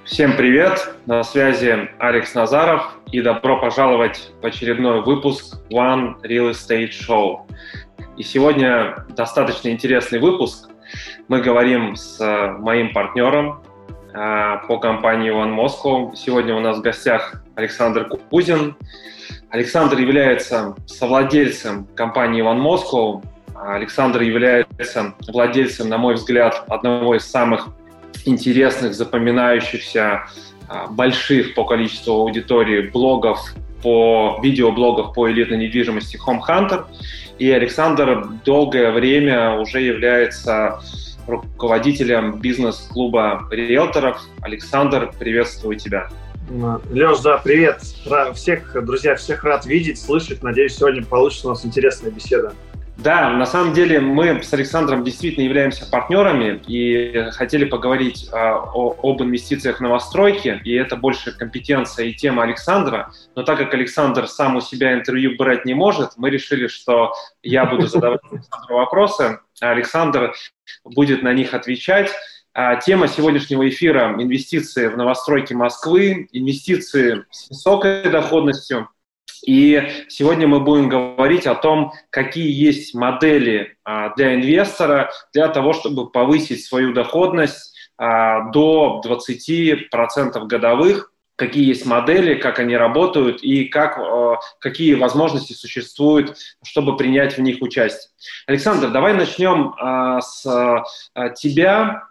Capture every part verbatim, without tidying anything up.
Всем привет! На связи Алекс Назаров, и добро пожаловать в очередной выпуск One Real Estate Show. И сегодня достаточно интересный выпуск. Мы говорим с моим партнером э, по компании One Moscow. Сегодня у нас в гостях Александр Кукузин. Александр является совладельцем компании One Moscow. Александр является владельцем, на мой взгляд, одного из самых интересных, запоминающихся, больших по количеству аудитории блогов, по видеоблогов по элитной недвижимости Home Hunter. И Александр долгое время уже является руководителем бизнес-клуба риэлторов. Александр, приветствую тебя. Леш, да, привет. Всех, друзья, всех рад видеть, слышать. Надеюсь, сегодня получится у нас интересная беседа. Да, на самом деле мы с Александром действительно являемся партнерами и хотели поговорить а, о, об инвестициях в новостройки, и это больше компетенция и тема Александра. Но так как Александр сам у себя интервью брать не может, мы решили, что я буду задавать Александру вопросы, а Александр будет на них отвечать. А, тема сегодняшнего эфира – инвестиции в новостройки Москвы, инвестиции с высокой доходностью. И сегодня мы будем говорить о том, какие есть модели а, для инвестора для того, чтобы повысить свою доходность а, до двадцати процентов годовых, какие есть модели, как они работают и как, а, какие возможности существуют, чтобы принять в них участие. Александр, давай начнем а, с а, тебя.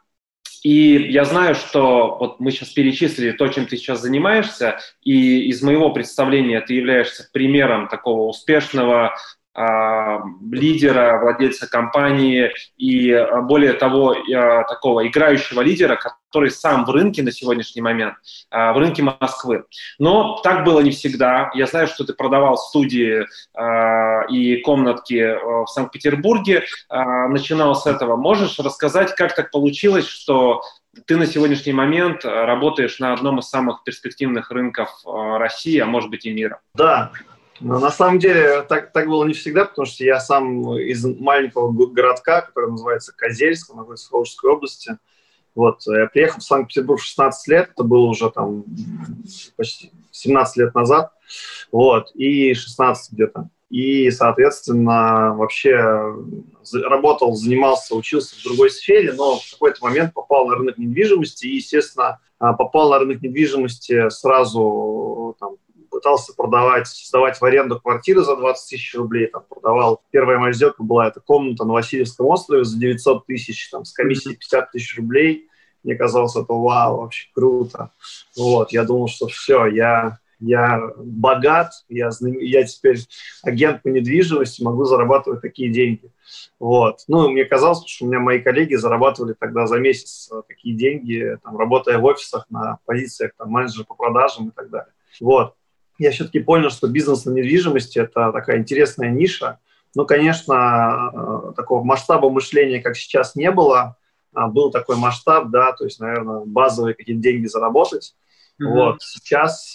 И я знаю, что вот мы сейчас перечислили то, чем ты сейчас занимаешься, и из моего представления ты являешься примером такого успешного э, лидера, владельца компании и, более того, э, такого играющего лидера, который сам в рынке на сегодняшний момент, э, в рынке Москвы. Но так было не всегда. Я знаю, что ты продавал студии э, и комнатки э, в Санкт-Петербурге, э, начинал с этого. Можешь рассказать, как так получилось, что ты на сегодняшний момент работаешь на одном из самых перспективных рынков э, России, а может быть и мира? Да. Но на самом деле так, так было не всегда, потому что я сам из маленького городка, который называется Козельск, он находится в Волжской области. Вот. Я приехал в Санкт-Петербург в шестнадцать лет, это было уже там почти семнадцать лет назад, вот, и шестнадцать где-то. И, соответственно, вообще работал, занимался, учился в другой сфере, но в какой-то момент попал на рынок недвижимости и, естественно, попал на рынок недвижимости сразу, там, пытался продавать, сдавать в аренду квартиры за двадцать тысяч рублей, там, продавал. Первая моя сделка была, это комната на Васильевском острове за девятьсот тысяч, там, с комиссией пятьдесят тысяч рублей. Мне казалось, это вау, вообще круто. Вот, я думал, что все, я, я богат, я, я теперь агент по недвижимости, могу зарабатывать такие деньги. Вот. Ну, мне казалось, что у меня мои коллеги зарабатывали тогда за месяц такие деньги, там, работая в офисах на позициях там, менеджера по продажам и так далее. Вот. Я все-таки понял, что бизнес на недвижимости – это такая интересная ниша. Ну, конечно, такого масштаба мышления, как сейчас, не было. Был такой масштаб, да, то есть, наверное, базовые какие-то деньги заработать. Mm-hmm. Вот. Сейчас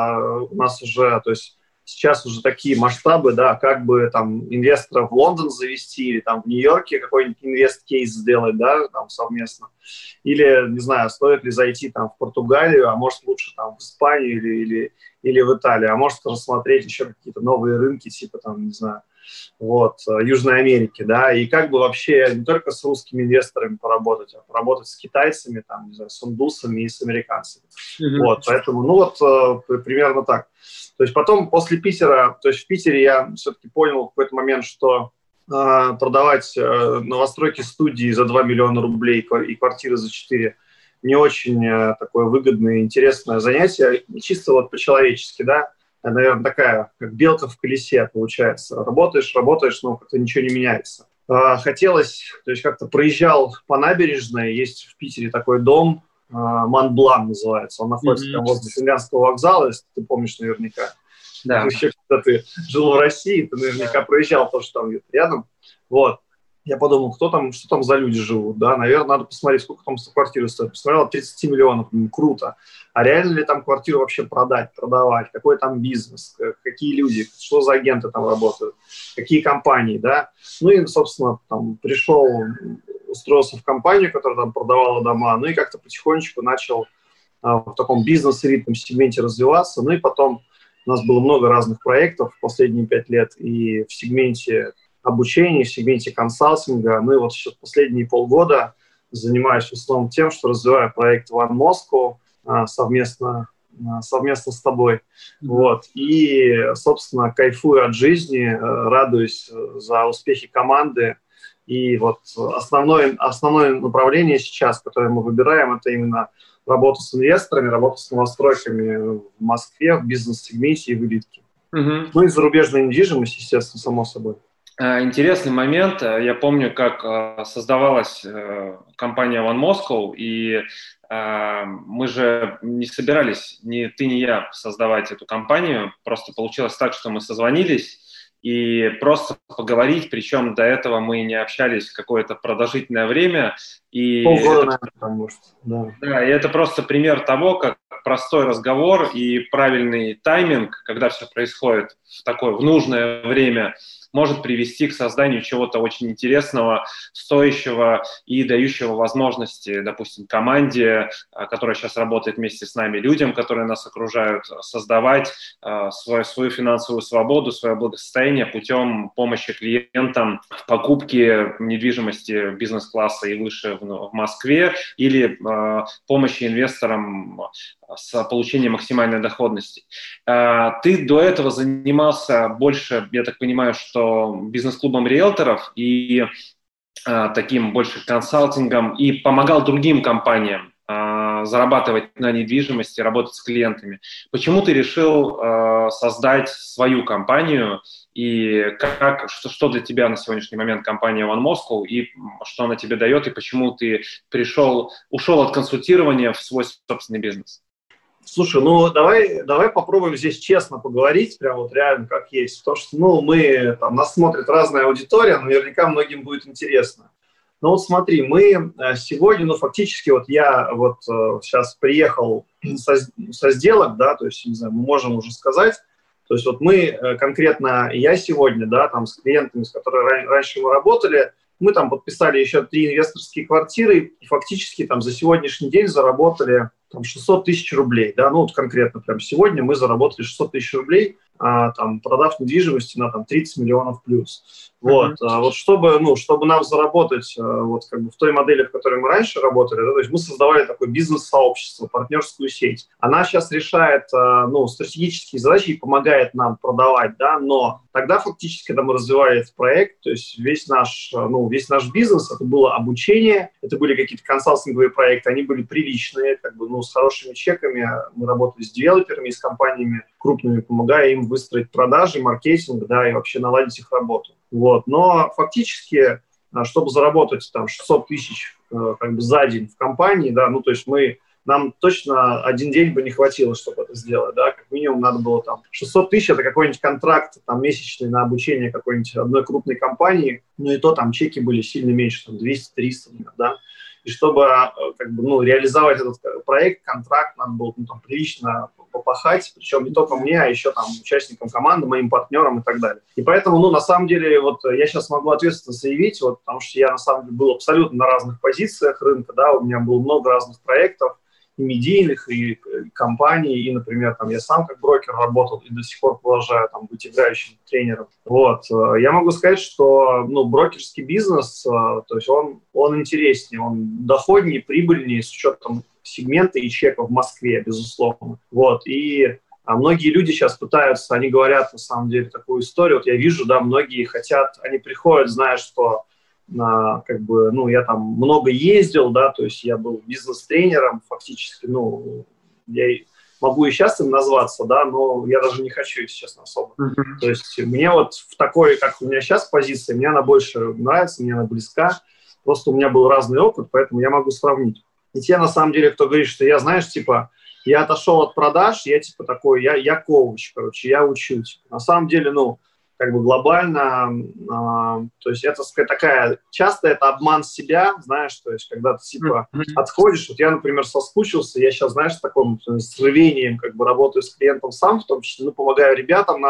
у нас уже, то есть, сейчас уже такие масштабы, да, как бы там инвестора в Лондон завести или там в Нью-Йорке какой-нибудь инвест-кейс сделать, да, там совместно. Или, не знаю, стоит ли зайти там в Португалию, а может лучше там в Испанию или, или, или в Италию, а может рассмотреть еще какие-то новые рынки, типа там, не знаю, вот, Южной Америки, да, и как бы вообще не только с русскими инвесторами поработать, а поработать с китайцами, там, не знаю, с индусами и с американцами. Mm-hmm. Вот, поэтому, ну вот, примерно так. То есть потом, после Питера, то есть в Питере я все-таки понял в какой-то момент, что э, продавать э, новостройки студии за два миллиона рублей и квартиры за четыре не очень э, такое выгодное и интересное занятие, чисто вот по-человечески, да, наверное, такая, как белка в колесе получается. Работаешь, работаешь, но как-то ничего не меняется. Э, хотелось, то есть как-то проезжал по набережной, есть в Питере такой дом, Монблан называется. Он находится mm-hmm. там возле Финляндского вокзала, если ты помнишь наверняка. Да. Еще когда ты жил в России, ты наверняка проезжал то, что там где-то рядом. Вот. Я подумал, кто там, что там за люди живут, да, наверное, надо посмотреть, сколько там квартиры стоит. Посмотрел, тридцать миллионов, круто. А реально ли там квартиру вообще продать, продавать, какой там бизнес, какие люди, что за агенты там работают, какие компании, да. Ну и, собственно, там пришел, устроился в компанию, которая там продавала дома, ну и как-то потихонечку начал в таком бизнес-элитном сегменте развиваться. Ну и потом у нас было много разных проектов в последние пять лет и в сегменте обучения, в сегменте консалтинга. Ну и вот сейчас последние полгода занимаюсь в основном тем, что развиваю проект One Moscow совместно, совместно с тобой. Mm-hmm. Вот. И, собственно, кайфую от жизни, радуюсь за успехи команды. И вот основное, основное направление сейчас, которое мы выбираем, это именно работа с инвесторами, работа с новостройками в Москве, в бизнес-сегменте и в элитке. Mm-hmm. Ну и зарубежная недвижимость, естественно, само собой. Интересный момент. Я помню, как создавалась компания One Moscow, и мы же не собирались, ни ты, ни я, создавать эту компанию. Просто получилось так, что мы созвонились и просто поговорить, причем до этого мы не общались какое-то продолжительное время. И Полгода, это, наверное, потому что, да. Да, и это просто пример того, как простой разговор и правильный тайминг, когда все происходит в такое, в нужное время, может привести к созданию чего-то очень интересного, стоящего и дающего возможности, допустим, команде, которая сейчас работает вместе с нами, людям, которые нас окружают, создавать э, свою, свою финансовую свободу, свое благосостояние путем помощи клиентам в покупке недвижимости бизнес-класса и выше в, в Москве или э, помощи инвесторам с получением максимальной доходности. Э, ты до этого занимался больше, я так понимаю, что бизнес-клубом риэлторов и а, таким больше консалтингом, и помогал другим компаниям а, зарабатывать на недвижимости, работать с клиентами. Почему ты решил а, создать свою компанию, и как, что, что для тебя на сегодняшний момент компания One Moscow, и что она тебе дает, и почему ты пришел, ушел от консультирования в свой собственный бизнес? Слушай, ну давай, давай попробуем здесь честно поговорить, прям вот реально как есть, потому что, ну, мы, там, нас смотрит разная аудитория, наверняка многим будет интересно. Но вот смотри, мы сегодня, ну, фактически, вот я вот сейчас приехал со, со сделок, да, то есть, не знаю, мы можем уже сказать, то есть вот мы конкретно, я сегодня, да, там, с клиентами, с которыми раньше мы работали, мы там подписали еще три инвесторские квартиры и фактически там за сегодняшний день заработали там шестьсот тысяч рублей, да, ну вот конкретно прям сегодня мы заработали шестьсот тысяч рублей, а, там, продав недвижимости на там тридцать миллионов плюс. Вот, mm-hmm. а, вот чтобы, ну, чтобы нам заработать а, вот как бы в той модели, в которой мы раньше работали, да, то есть мы создавали такое бизнес-сообщество, партнерскую сеть. Она сейчас решает, а, ну, стратегические задачи и помогает нам продавать, да, но тогда фактически, когда мы развивали этот проект, то есть весь наш, ну, весь наш бизнес, это было обучение, это были какие-то консалтинговые проекты, они были приличные, как бы, ну, с хорошими чеками, мы работали с девелоперами, с компаниями крупными, помогая им выстроить продажи, маркетинг, да, и вообще наладить их работу. Вот. Но фактически, чтобы заработать там шестьсот тысяч как бы за день в компании, да, ну, то есть мы, нам точно один день бы не хватило, чтобы это сделать, да, как минимум надо было там шестьсот тысяч, это какой-нибудь контракт там месячный на обучение какой-нибудь одной крупной компании, ну, и то там чеки были сильно меньше, там двести-триста, да. И чтобы как бы, ну, реализовать этот проект, контракт, надо было, ну, там, прилично попахать, причем не только мне, а еще там участникам команды, моим партнерам и так далее. И поэтому, ну, на самом деле, вот я сейчас могу ответственно заявить, вот, потому что я на самом деле был абсолютно на разных позициях рынка, да, у меня было много разных проектов, и медийных, и, и компаний, и, например, там, я сам как брокер работал и до сих пор продолжаю там быть играющим тренером. Вот. Я могу сказать, что, ну, брокерский бизнес, то есть он, он интереснее, он доходнее, прибыльнее с учетом сегмента и чека в Москве, безусловно. Вот. И а многие люди сейчас пытаются, они говорят, на самом деле, такую историю. Вот я вижу, да, многие хотят, они приходят, зная, что На, как бы, ну, я там много ездил, да, то есть я был бизнес-тренером фактически, ну, я могу и сейчас им назваться, да, но я даже не хочу, если честно, особо. Mm-hmm. То есть мне вот в такой, как у меня сейчас позиция, мне она больше нравится, мне она близка, просто у меня был разный опыт, поэтому я могу сравнить. И те, на самом деле, кто говорит, что я, знаешь, типа, я отошел от продаж, я типа такой, я, я коуч, короче, я учу. Типа. На самом деле, ну, как бы глобально, э, то есть это такая, часто это обман себя, знаешь, то есть когда ты типа отходишь, вот я, например, соскучился, я сейчас, знаешь, с таким с рвением как бы работаю с клиентом сам, в том числе, ну, помогаю ребятам нашим,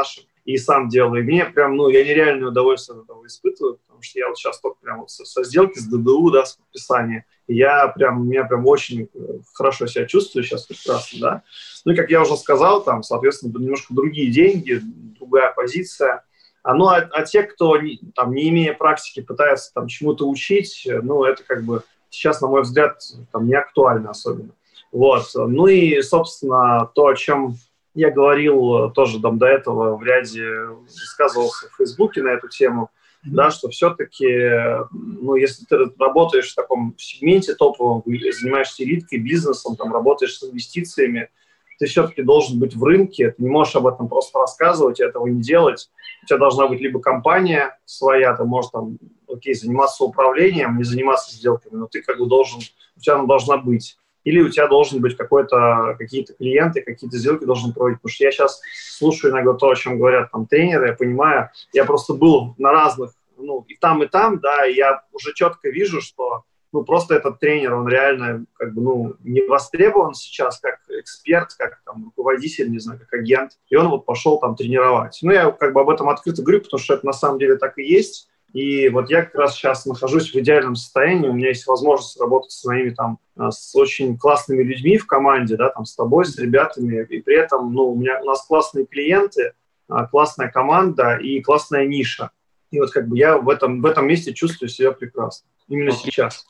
и сам делаю. И мне прям, ну, я нереальное удовольствие от этого испытываю, потому что я вот сейчас только прям вот со, со сделки, с ДДУ, да, с подписания, и я прям, я прям очень хорошо себя чувствую сейчас прекрасно, да. Ну, и как я уже сказал, там, соответственно, немножко другие деньги, другая позиция. А, ну, а, а те, кто, не, там, не имея практики, пытается там чему-то учить, ну, это как бы сейчас, на мой взгляд, там, не актуально особенно. Вот. Ну и, собственно, то, о чем я говорил тоже там до этого в ряде высказывался в Фейсбуке на эту тему, mm-hmm. да, что все-таки, ну, если ты работаешь в таком сегменте топовом, занимаешься элиткой, бизнесом, там, работаешь с инвестициями, ты все-таки должен быть в рынке, ты не можешь об этом просто рассказывать, этого не делать. У тебя должна быть либо компания своя, ты можешь там, окей, заниматься управлением, не заниматься сделками, но ты как бы должен, у тебя она должна быть. Или у тебя должен быть какой-то, какие-то клиенты, какие-то сделки должны проводить. Потому что я сейчас слушаю иногда то, о чем говорят там тренеры, я понимаю, я просто был на разных, ну, и там, и там, да, и я уже четко вижу, что, ну, просто этот тренер, он реально, как бы, ну, не востребован сейчас как эксперт, как там руководитель, не знаю, как агент, и он вот пошел там тренировать. Ну, я как бы об этом открыто говорю, потому что это на самом деле так и есть. И вот я как раз сейчас нахожусь в идеальном состоянии, у меня есть возможность работать с моими там, с очень классными людьми в команде, да, там, с тобой, с ребятами, и при этом, ну, у меня, у нас классные клиенты, классная команда и классная ниша. И вот как бы я в этом, в этом месте чувствую себя прекрасно, именно okay. сейчас.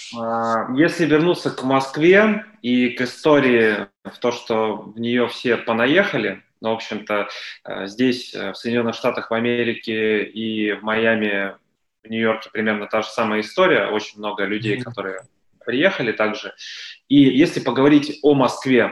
Если вернуться к Москве и к истории, в то, что в нее все понаехали, ну, в общем-то, здесь, в Соединенных Штатах в Америке и в Майами, в Нью-Йорке примерно та же самая история. Очень много людей, mm-hmm. которые приехали также. И если поговорить о Москве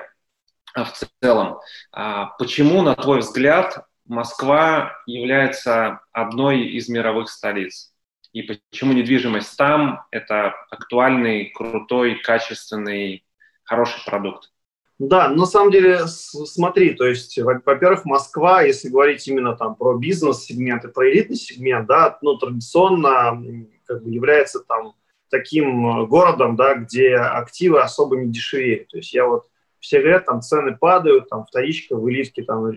в целом, почему, на твой взгляд, Москва является одной из мировых столиц? И почему недвижимость там – это актуальный, крутой, качественный, хороший продукт? Да, на самом деле, смотри, то есть, во-первых, Москва, если говорить именно там про бизнес-сегмент и про элитный сегмент, да, ну, традиционно как бы является там таким городом, да, где активы особо не дешевеют. То есть я вот, все говорят, там цены падают, там вторичка в элитке там,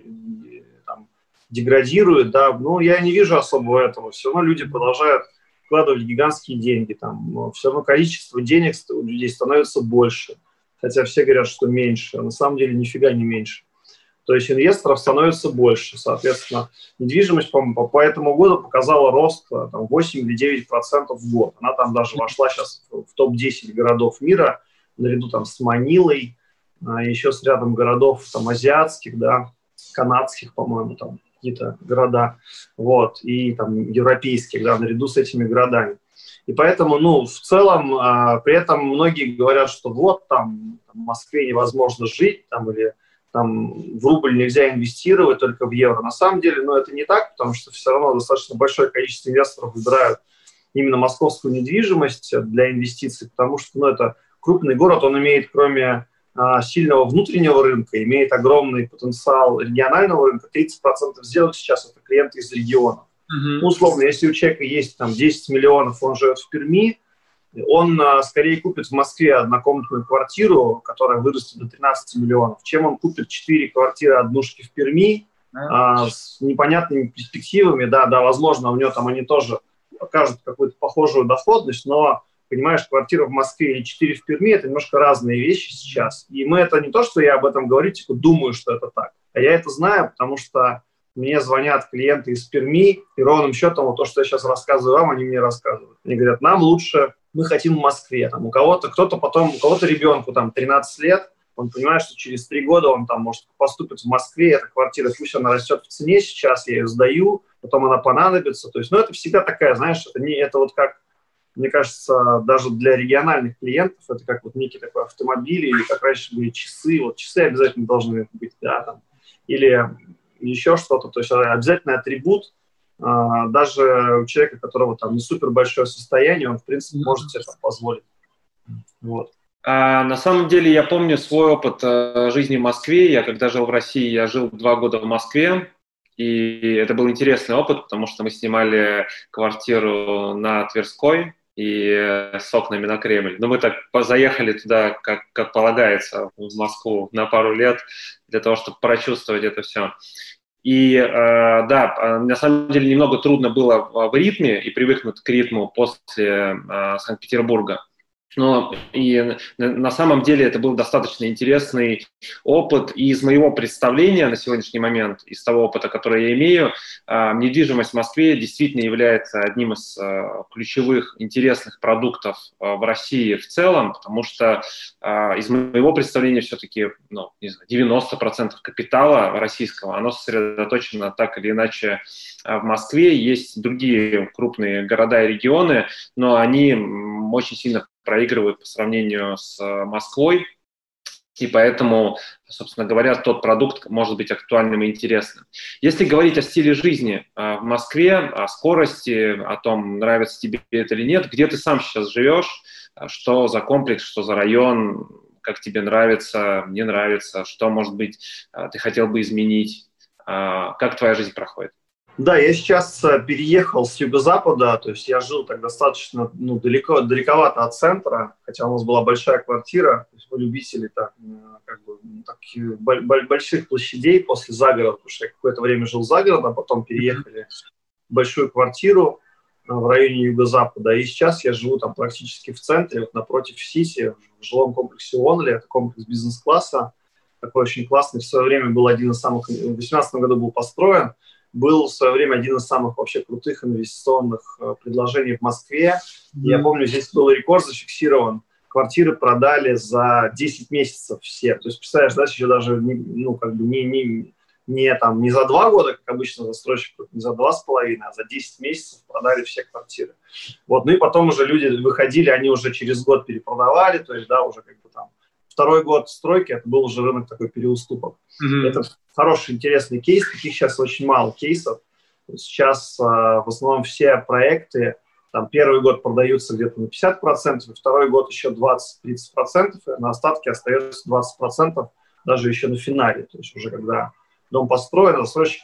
там деградирует, да, ну, я не вижу особо этого. Все равно люди продолжают вкладывать гигантские деньги, там, все равно количество денег у людей становится больше. Хотя все говорят, что меньше, а на самом деле нифига не меньше. То есть инвесторов становится больше, соответственно, недвижимость по, по, по этому году показала рост там, восемь или девять процентов в год. Она там даже вошла сейчас в, в топ десять городов мира, наряду там с Манилой, а, еще с рядом городов там азиатских, да, канадских, по-моему, там какие-то города, вот, и там европейских, да, наряду с этими городами. И поэтому, ну, в целом, а, при этом многие говорят, что вот там, там в Москве невозможно жить, там, или там в рубль нельзя инвестировать, только в евро. На самом деле, ну, это не так, потому что все равно достаточно большое количество инвесторов выбирают именно московскую недвижимость для инвестиций, потому что, ну, это крупный город, он имеет, кроме а, сильного внутреннего рынка, имеет огромный потенциал регионального рынка. тридцать процентов сделок сейчас это клиенты из регионов. Uh-huh. Ну, условно, если у человека есть там десять миллионов, он живет в Перми, он а, скорее купит в Москве однокомнатную квартиру, которая вырастет до тринадцати миллионов, чем он купит четыре квартиры однушки в Перми uh-huh. а, с непонятными перспективами. Да, да, возможно, у него там они тоже покажут какую-то похожую доходность, но, понимаешь, квартира в Москве или четыре в Перми – это немножко разные вещи сейчас. И мы это не то, что я об этом говорю, типа думаю, что это так, а я это знаю, потому что мне звонят клиенты из Перми, и ровным счетом вот то, что я сейчас рассказываю вам, они мне рассказывают. Они говорят, нам лучше, мы хотим в Москве. Там, у кого-то, кто-то потом, у кого-то ребенку там тринадцать лет, он понимает, что через три года он там может поступить в Москве, эта квартира, пусть она растет в цене сейчас, я ее сдаю, потом она понадобится. То есть, ну, это всегда такая, знаешь, это, не, это вот как, мне кажется, даже для региональных клиентов, это как вот некий такой автомобиль, или как раньше были часы, вот часы обязательно должны быть, да, там, или еще что-то, то есть обязательный атрибут, а, даже у человека, у которого там не супер большое состояние, он, в принципе, может себе это позволить. Вот. А, на самом деле, я помню свой опыт а, жизни в Москве. Я когда жил в России, я жил два года в Москве, и это был интересный опыт, потому что мы снимали квартиру на Тверской и с окнами на Кремль. Но мы так заехали туда, как, как полагается, в Москву на пару лет, для того, чтобы прочувствовать это все. И э, да, на самом деле немного трудно было в ритме и привыкнуть к ритму после э, Санкт-Петербурга. Но и на самом деле это был достаточно интересный опыт. И из моего представления на сегодняшний момент, из того опыта, который я имею, недвижимость в Москве действительно является одним из ключевых интересных продуктов в России в целом, потому что из моего представления все-таки ну, не знаю, девяносто процентов капитала российского, оно сосредоточено так или иначе в Москве. Есть другие крупные города и регионы, но они очень сильно проигрывают по сравнению с Москвой, и поэтому, собственно говоря, тот продукт может быть актуальным и интересным. Если говорить о стиле жизни в Москве, о скорости, о том, нравится тебе это или нет, где ты сам сейчас живешь, что за комплекс, что за район, как тебе нравится, не нравится, что, может быть, ты хотел бы изменить, как твоя жизнь проходит? Да, я сейчас переехал с юго-запада, то есть я жил так достаточно ну, далеко, далековато от центра, хотя у нас была большая квартира, то есть мы любители так, как бы, таких больших площадей после загорода, потому что я какое-то время жил за городом, а потом переехали в большую квартиру в районе юго-запада, и сейчас я живу там практически в центре, вот напротив Сити, в жилом комплексе Онли, это комплекс бизнес-класса, такой очень классный, в свое время был один из самых, в две тысячи восемнадцатом году был построен, был в свое время один из самых вообще крутых инвестиционных э, предложений в Москве. Mm-hmm. Я помню, здесь был рекорд зафиксирован. Квартиры продали за десять месяцев все. То есть, представляешь, да, еще даже не, ну, как бы не, не, не, там, не за два года, как обычно застройщик, не за два с половиной, а за десять месяцев продали все квартиры. Вот. Ну и потом уже люди выходили, они уже через год перепродавали, то есть, да, уже как бы там второй год стройки, это был уже рынок такой переуступок. Mm-hmm. Это хороший, интересный кейс. Таких сейчас очень мало кейсов. Сейчас э, в основном все проекты, там, первый год продаются где-то на пятьдесят процентов, второй год еще двадцать-тридцать процентов, и на остатке остается двадцать процентов даже еще на финале. То есть уже когда дом построен, застройщик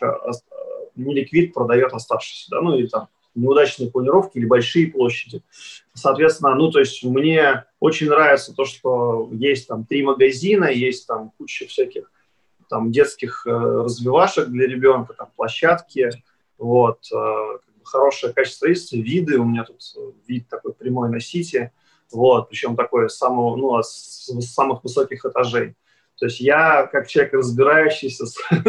неликвид продает оставшийся. Да? Ну и там неудачные планировки или большие площади. Соответственно, ну, то есть мне очень нравится то, что есть там три магазина, есть там куча всяких там детских э, развивашек для ребенка, там площадки, вот, э, хорошее качество строительства, виды, у меня тут вид такой прямой на Сити, вот, причем такой с самого, ну, с, с самых высоких этажей. То есть я, как человек разбирающийся,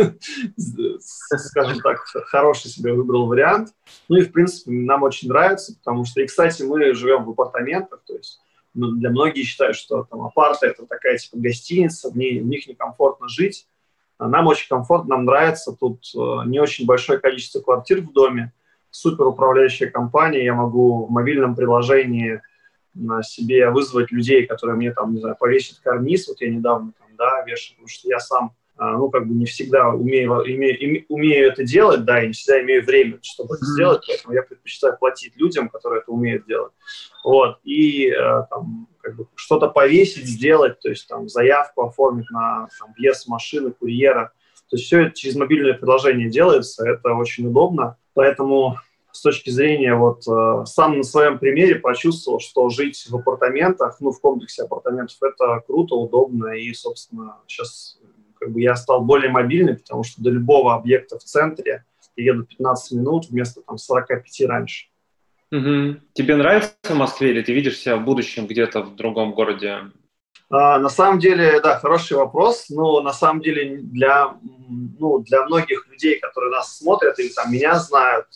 скажем так, хороший себе выбрал вариант. Ну и, в принципе, нам очень нравится, потому что, и, кстати, мы живем в апартаментах, то есть ну, для многих считают, что там апарты – это такая типа гостиница, в, ней, в них некомфортно жить. Нам очень комфортно, нам нравится. Тут не очень большое количество квартир в доме, супер управляющая компания. Я могу в мобильном приложении на себе вызвать людей, которые мне там, не знаю, повесят карниз. Вот я недавно там, да, вешал, потому что я сам, ну, как бы не всегда умею, умею, умею это делать, да, и не всегда имею время, чтобы это сделать, поэтому я предпочитаю платить людям, которые это умеют делать. Вот, и там, как бы, что-то повесить, сделать, то есть там заявку оформить на там, въезд машины, курьера. То есть все это через мобильное приложение делается, это очень удобно, поэтому с точки зрения, вот, сам на своем примере почувствовал, что жить в апартаментах, ну, в комплексе апартаментов, это круто, удобно, и, собственно, сейчас как бы я стал более мобильный, потому что до любого объекта в центре я еду пятнадцать минут вместо там сорок пять раньше. Угу. Тебе нравится в Москве или ты видишь себя в будущем где-то в другом городе? А, на самом деле, да, хороший вопрос, но на самом деле для, ну, для многих людей, которые нас смотрят или там меня знают,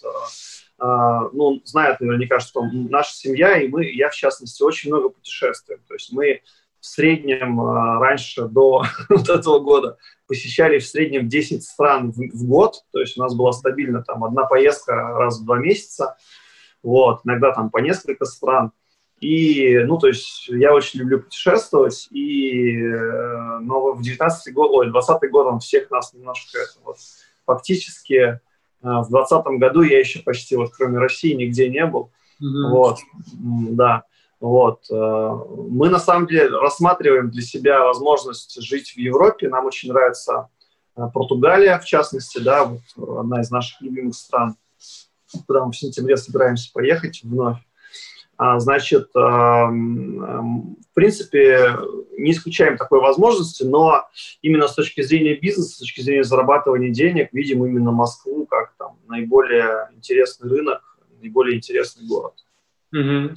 Uh, ну, знают наверняка, что наша семья и мы, я в частности, очень много путешествуем. То есть мы в среднем uh, раньше, до вот этого года, посещали в среднем десять стран в, в год. То есть у нас была стабильно там одна поездка раз в два месяца. Вот, иногда там по несколько стран. И, ну, то есть я очень люблю путешествовать. И, но в девятнадцатый год, ой, двадцатый год он всех нас немножко это, вот, фактически... В двадцатом году я еще почти, вот, кроме России, нигде не был. Mm-hmm. Вот, да. Вот. Мы, на самом деле, рассматриваем для себя возможность жить в Европе. Нам очень нравится Португалия, в частности, да, вот одна из наших любимых стран, куда мы в сентябре собираемся поехать вновь. Значит, в принципе, не исключаем такой возможности, но именно с точки зрения бизнеса, с точки зрения зарабатывания денег, видим именно Москву как там наиболее интересный рынок, наиболее интересный город. Угу.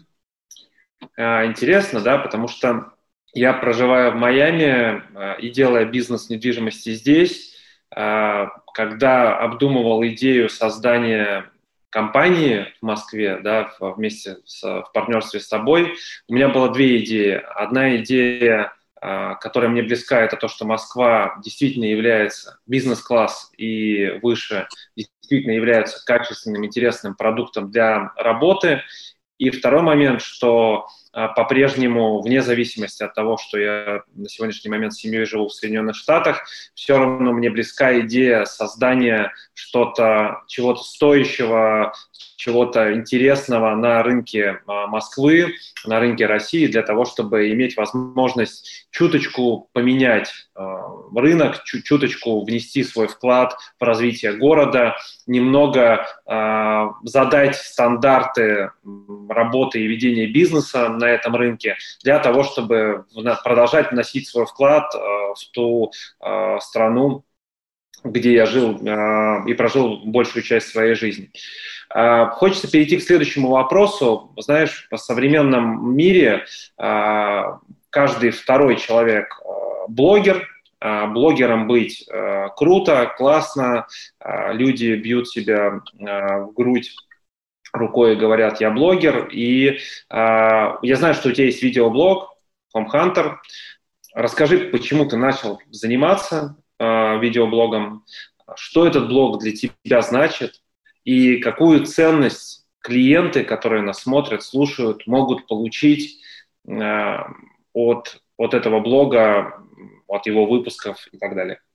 А, интересно, да, потому что я проживаю в Майами а, и делая бизнес недвижимости здесь, а, когда обдумывал идею создания компании в Москве, да, вместе с, в партнерстве с тобой, у меня было две идеи. Одна идея, а, которая мне близка, это то, что Москва действительно является бизнес-класс и выше, действительно является качественным, интересным продуктом для работы. И второй момент, что а, по-прежнему, вне зависимости от того, что я на сегодняшний момент с семьей живу в Соединенных Штатах, все равно мне близка идея создания что-то, чего-то стоящего, чего-то интересного на рынке а, Москвы, на рынке России, для того, чтобы иметь возможность чуточку поменять а, рынок, чу- чуточку внести свой вклад в развитие города, немного а, задать стандарты работы и ведения бизнеса на этом рынке для того, чтобы продолжать вносить свой вклад э, в ту э, страну, где я жил э, и прожил большую часть своей жизни. Э, хочется перейти к следующему вопросу. Знаешь, в современном мире э, каждый второй человек э, блогер. Э, блогером быть э, круто, классно. Э, люди бьют себя э, в грудь рукой и говорят: я блогер, и э, я знаю, что у тебя есть видеоблог Home Hunter. Расскажи, почему ты начал заниматься э, видеоблогом, что этот блог для тебя значит, и какую ценность клиенты, которые нас смотрят, слушают, могут получить э, от, от этого блога, от его выпусков и так далее.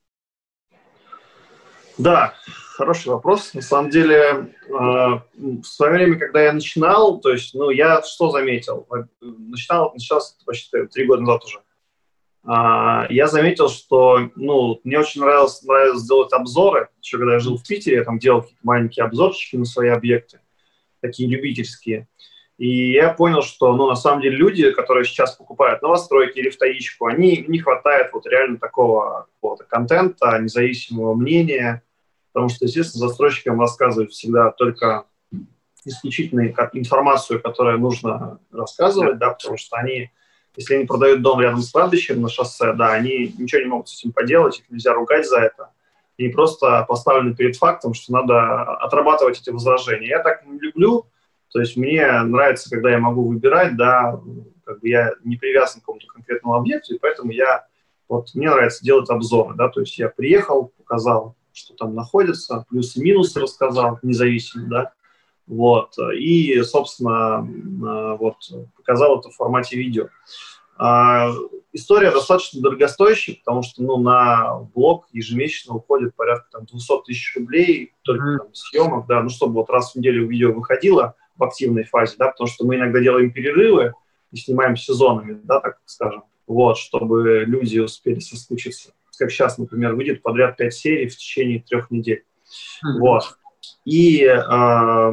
Да, хороший вопрос. На самом деле, э, в свое время, когда я начинал, то есть, ну, я что заметил? Начинал, начался почти три года назад уже. Uh, я заметил, что, ну, мне очень нравилось, нравилось делать обзоры. Еще когда я жил в Питере, я там делал какие-то маленькие обзорчики на свои объекты, такие любительские. И я понял, что, ну, на самом деле люди, которые сейчас покупают новостройки или вторичку, они, не хватает вот реально такого вот контента, независимого мнения, потому что, естественно, застройщикам рассказывают всегда только исключительно информацию, которую нужно рассказывать, да, потому что они, если они продают дом рядом с кладбищем на шоссе, да, они ничего не могут с этим поделать, их нельзя ругать за это. Они просто поставлены перед фактом, что надо отрабатывать эти возражения. Я так не люблю, то есть мне нравится, когда я могу выбирать, да, как бы я не привязан к какому-то конкретному объекту, и поэтому я, вот, мне нравится делать обзоры, да, то есть я приехал, показал, что там находится, плюсы-минусы рассказал, независимо, да, вот, и, собственно, вот, показал это в формате видео. А, история достаточно дорогостоящая, потому что, ну, на блог ежемесячно уходит порядка там двести тысяч рублей только там, съемок, да, ну, чтобы вот раз в неделю видео выходило в активной фазе, да, потому что мы иногда делаем перерывы и снимаем сезонами, да, так скажем, вот, чтобы люди успели соскучиться. Как сейчас, например, выйдет подряд пять серий в течение трех недель. Mm-hmm. Вот. И э,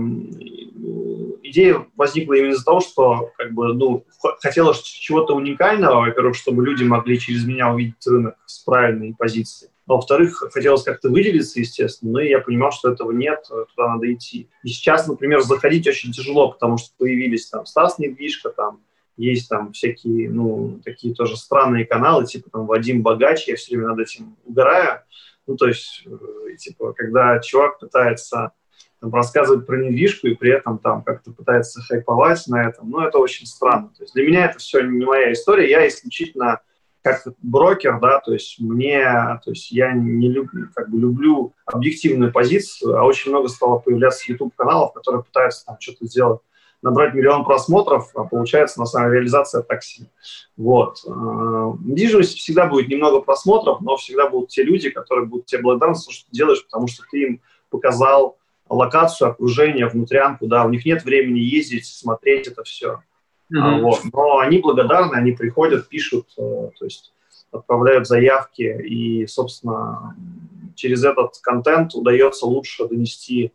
идея возникла именно из-за того, что как бы, ну, хотелось чего-то уникального, во-первых, чтобы люди могли через меня увидеть рынок с правильной позиции. А во-вторых, хотелось как-то выделиться, естественно, но я понимал, что этого нет, туда надо идти. И сейчас, например, заходить очень тяжело, потому что появились там Стас Недвижка, там есть там всякие, ну, такие тоже странные каналы, типа там Вадим Богач, я все время над этим угораю. Ну, то есть, э, типа, когда чувак пытается там рассказывать про недвижку и при этом там как-то пытается хайповать на этом, ну, это очень странно. То есть для меня это все не моя история, я исключительно как брокер, да, то есть мне, то есть я не люблю, как бы люблю объективную позицию, а очень много стало появляться YouTube-каналов, которые пытаются там что-то сделать, набрать миллион просмотров, а получается на самом деле реализация такси. Вот. Недвижимость всегда будет немного просмотров, но всегда будут те люди, которые будут тебе благодарны за то, что ты делаешь, потому что ты им показал локацию, окружение, внутрянку, да, у них нет времени ездить, смотреть это все. Mm-hmm. Вот. Но они благодарны, они приходят, пишут, то есть отправляют заявки, и, собственно, через этот контент удается лучше донести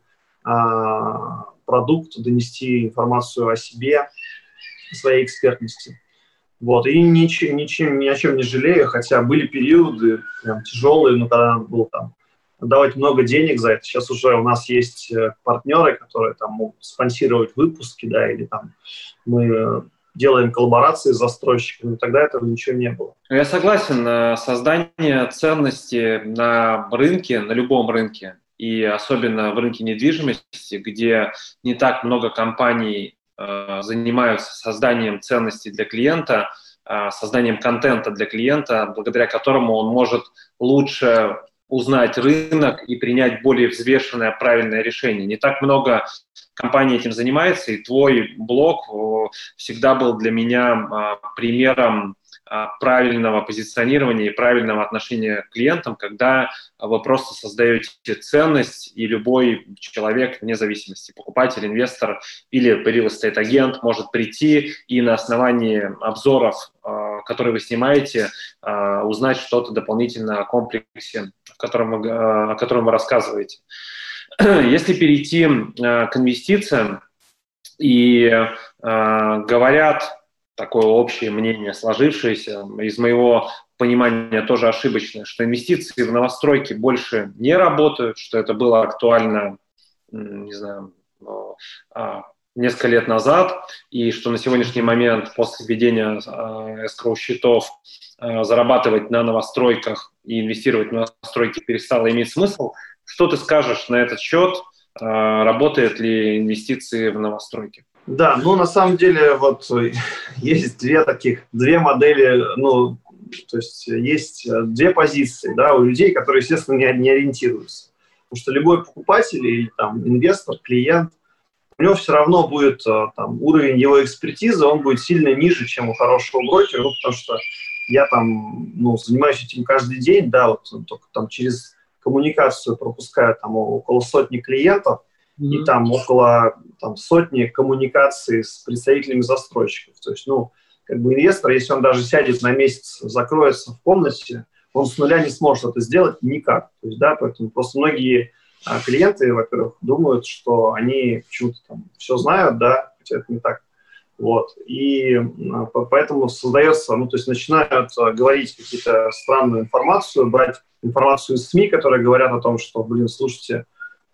продукт, донести информацию о себе, о своей экспертности. Вот, и ничем, ничем, ни о чем не жалею, хотя были периоды прям тяжелые, но когда надо было там давать много денег за это. Сейчас уже у нас есть партнеры, которые там могут спонсировать выпуски, да, или там мы делаем коллаборации с застройщиками, тогда этого ничего не было. Я согласен, создание ценности на рынке, на любом рынке, и особенно в рынке недвижимости, где не так много компаний занимаются созданием ценностей для клиента, созданием контента для клиента, благодаря которому он может лучше узнать рынок и принять более взвешенное, правильное решение. Не так много компаний этим занимается, и твой блог всегда был для меня примером правильного позиционирования и правильного отношения к клиентам, когда вы просто создаете ценность, и любой человек, вне зависимости, покупатель, инвестор или real estate агент может прийти и на основании обзоров, которые вы снимаете, узнать что-то дополнительно о комплексе, о котором вы, о котором вы рассказываете. Если перейти к инвестициям, и говорят, такое общее мнение сложившееся, из моего понимания тоже ошибочное, что инвестиции в новостройки больше не работают, что это было актуально, не знаю, несколько лет назад, и что на сегодняшний момент после введения эскроу-счетов зарабатывать на новостройках и инвестировать в новостройки перестало иметь смысл. Что ты скажешь на этот счет? Работают ли инвестиции в новостройки? Да, ну на самом деле вот есть две таких, две модели, ну, то есть есть две позиции, да, у людей, которые, естественно, не, не ориентируются. Потому что любой покупатель или там инвестор, клиент, у него все равно будет там уровень его экспертизы, он будет сильно ниже, чем у хорошего брокера, ну, потому что я там, ну, занимаюсь этим каждый день, да, вот только там через коммуникацию пропускаю там около сотни клиентов, и там около там, сотни коммуникаций с представителями застройщиков. То есть, ну, как бы инвестор, если он даже сядет на месяц, закроется в комнате, он с нуля не сможет это сделать никак. То есть, да, поэтому просто многие а, клиенты, во-первых, думают, что они почему-то там все знают, да, хотя это не так. Вот. И а, поэтому создается, ну, то есть начинают а, говорить какие-то странную информацию, брать информацию из СМИ, которые говорят о том, что, блин, слушайте,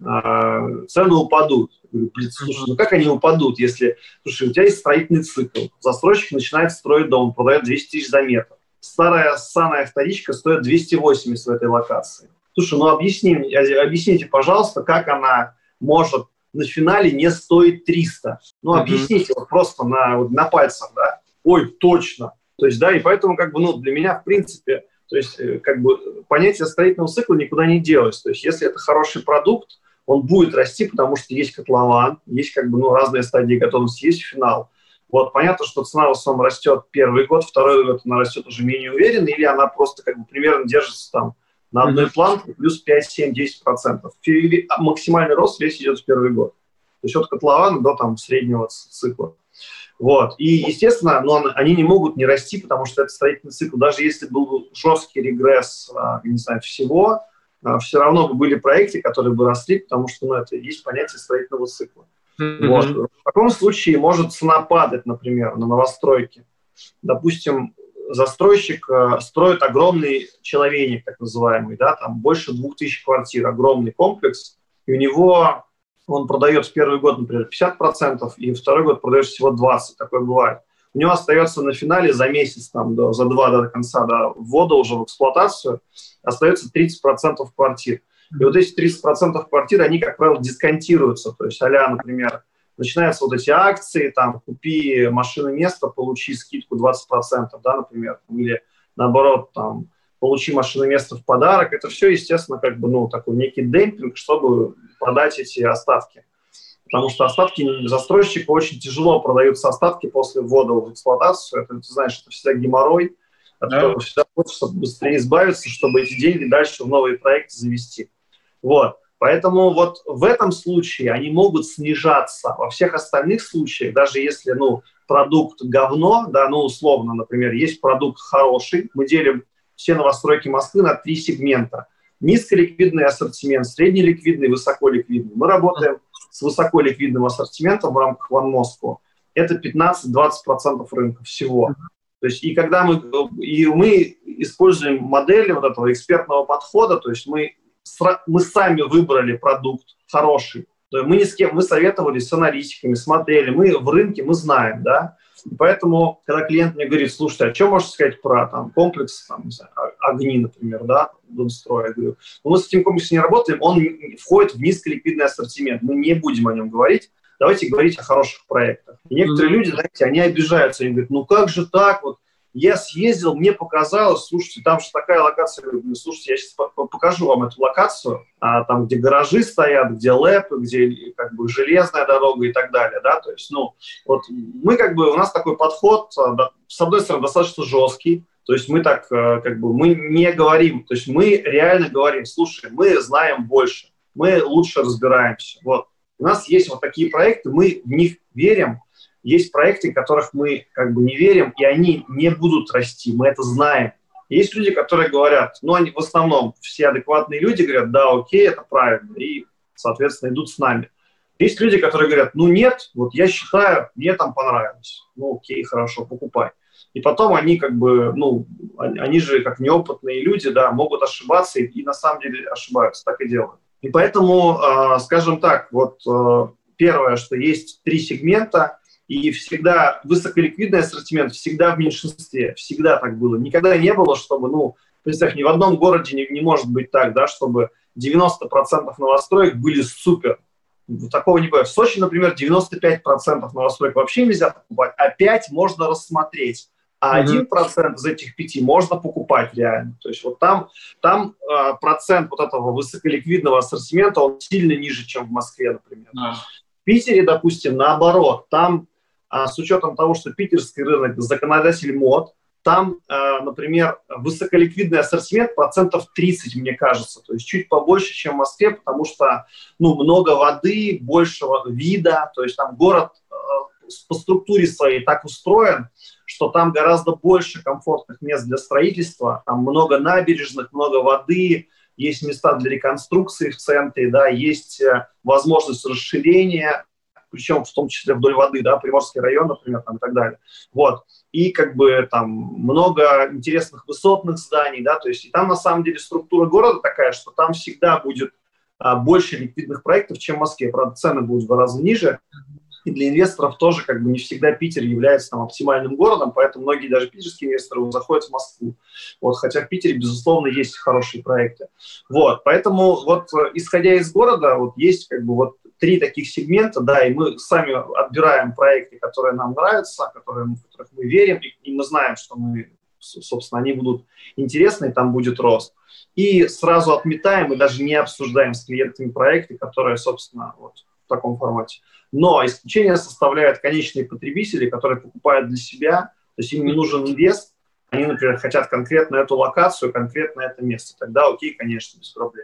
цены упадут. Я говорю, блин, слушай, ну как они упадут, если... Слушай, у тебя есть строительный цикл. Застройщик начинает строить дом, продает двести тысяч за метр. Старая ссаная вторичка стоит двести восемьдесят в этой локации. Слушай, ну объясни, объясните, пожалуйста, как она может на финале не стоить триста. Ну uh-huh. объясните вот просто на, вот, на пальцах, да. Ой, точно. То есть, да, и поэтому как бы, ну, для меня, в принципе, то есть, как бы понятие строительного цикла никуда не делось. То есть, если это хороший продукт, он будет расти, потому что есть котлован, есть как бы, ну, разные стадии готовности, есть финал. Вот, понятно, что цена в основном растет первый год, второй год она растет уже менее уверенно, или она просто как бы примерно держится там на одной планке, плюс пять, семь, десять процентов. Максимальный рост весь идет в первый год. То есть от котлована до там среднего цикла. Вот. И, естественно, но они не могут не расти, потому что это строительный цикл. Даже если был жесткий регресс, не знаю, всего, все равно бы были проекты, которые бы росли, потому что, ну, это и есть понятие строительного цикла. Mm-hmm. Вот. В таком случае может цена падать, например, на новостройке. Допустим, застройщик э, строит огромный человейник, так называемый, да, там больше двух тысяч квартир, огромный комплекс, и у него он продает в первый год, например, пятьдесят процентов, и второй год продает всего двадцать процентов, такое бывает. У него остается на финале за месяц, там, до, за два до конца, до ввода уже в эксплуатацию, остается тридцать процентов квартир. И вот эти тридцать процентов квартир, они, как правило, дисконтируются. То есть, а-ля, например, начинаются вот эти акции, там, купи машину место, получи скидку двадцать процентов, да, например, или наоборот, там, получи машину место в подарок. Это все, естественно, как бы, ну, такой некий демпинг, чтобы продать эти остатки. Потому что остатки застройщика очень тяжело продаются остатки после ввода в эксплуатацию. Это, ты знаешь, это всегда геморрой, от которого всегда хочется быстрее избавиться, чтобы эти деньги дальше в новые проекты завести. Вот. Поэтому вот в этом случае они могут снижаться. Во всех остальных случаях, даже если, ну, продукт говно, да, ну, условно, например, есть продукт хороший, мы делим все новостройки Москвы на три сегмента. Низколиквидный ассортимент, среднеликвидный, высоколиквидный. Мы работаем с высоколиквидным ассортиментом в рамках One Moscow. Это пятнадцать-двадцать процентов рынка всего. То есть и когда мы, и мы используем модели вот этого экспертного подхода, то есть мы, мы сами выбрали продукт хороший, то есть мы ни с кем, мы советовались с аналитиками, смотрели, мы в рынке, мы знаем, да, и поэтому, когда клиент мне говорит, слушайте, а что можете сказать про там, комплекс, там, не знаю, огни, например, да, Донстроя, я говорю, ну, мы с этим комплексом не работаем, он входит в низколиквидный ассортимент, мы не будем о нем говорить, давайте говорить о хороших проектах. И некоторые mm-hmm. люди, знаете, они обижаются, они говорят, ну как же так, вот я съездил, мне показалось, слушайте, там же такая локация, я говорю, слушайте, я сейчас покажу вам эту локацию, а, там, где гаражи стоят, где лэпы, где как бы железная дорога и так далее, да, то есть, ну, вот мы как бы, у нас такой подход, да, с одной стороны, достаточно жесткий, то есть мы так, как бы, мы не говорим, то есть мы реально говорим, слушай, мы знаем больше, мы лучше разбираемся, вот. У нас есть вот такие проекты, мы в них верим. Есть проекты, в которых мы как бы не верим, и они не будут расти, мы это знаем. Есть люди, которые говорят, ну, они в основном, все адекватные люди говорят, да, окей, это правильно, и, соответственно, идут с нами. Есть люди, которые говорят, ну, нет, вот я считаю, мне там понравилось. Ну, окей, хорошо, покупай. И потом они как бы, ну, они же как неопытные люди, да, могут ошибаться, и, и на самом деле ошибаются, так и делают. И поэтому, э, скажем так, вот э, первое, что есть три сегмента, и всегда высоколиквидный ассортимент всегда в меньшинстве, всегда так было. Никогда не было, чтобы, ну, представь, ни в одном городе не, не может быть так, да, чтобы девяносто процентов новостроек были супер. Такого не бывает. В Сочи, например, девяносто пять процентов новостроек вообще нельзя покупать, а пять процентов можно рассмотреть. А один процент из этих пяти можно покупать реально. То есть вот там, там э, процент вот этого высоколиквидного ассортимента, он сильно ниже, чем в Москве, например. А. В Питере, допустим, наоборот. Там, э, с учетом того, что питерский рынок законодатель мод, там, э, например, высоколиквидный ассортимент процентов тридцать, мне кажется. То есть чуть побольше, чем в Москве, потому что ну, много воды, больше вида. То есть там город э, по структуре своей так устроен, что там гораздо больше комфортных мест для строительства, там много набережных, много воды, есть места для реконструкции в центре, да, есть возможность расширения, причем в том числе вдоль воды, да, Приморский район, например, там, и так далее. Вот. И как бы там много интересных высотных зданий, да, то есть и там на самом деле структура города такая, что там всегда будет а, больше ликвидных проектов, чем в Москве. Правда, цены будут в два раза ниже. И для инвесторов тоже как бы не всегда Питер является там оптимальным городом, поэтому многие даже питерские инвесторы заходят в Москву. Вот, хотя в Питере, безусловно, есть хорошие проекты. Вот, поэтому вот исходя из города, вот есть как бы вот три таких сегмента, да, и мы сами отбираем проекты, которые нам нравятся, которые, в которых мы верим, и мы знаем, что мы, собственно, они будут интересны, и там будет рост. И сразу отметаем и даже не обсуждаем с клиентами проекты, которые, собственно, вот в таком формате. Но исключение составляют конечные потребители, которые покупают для себя, то есть им не нужен инвест, они, например, хотят конкретно эту локацию, конкретно это место. Тогда окей, конечно, без проблем.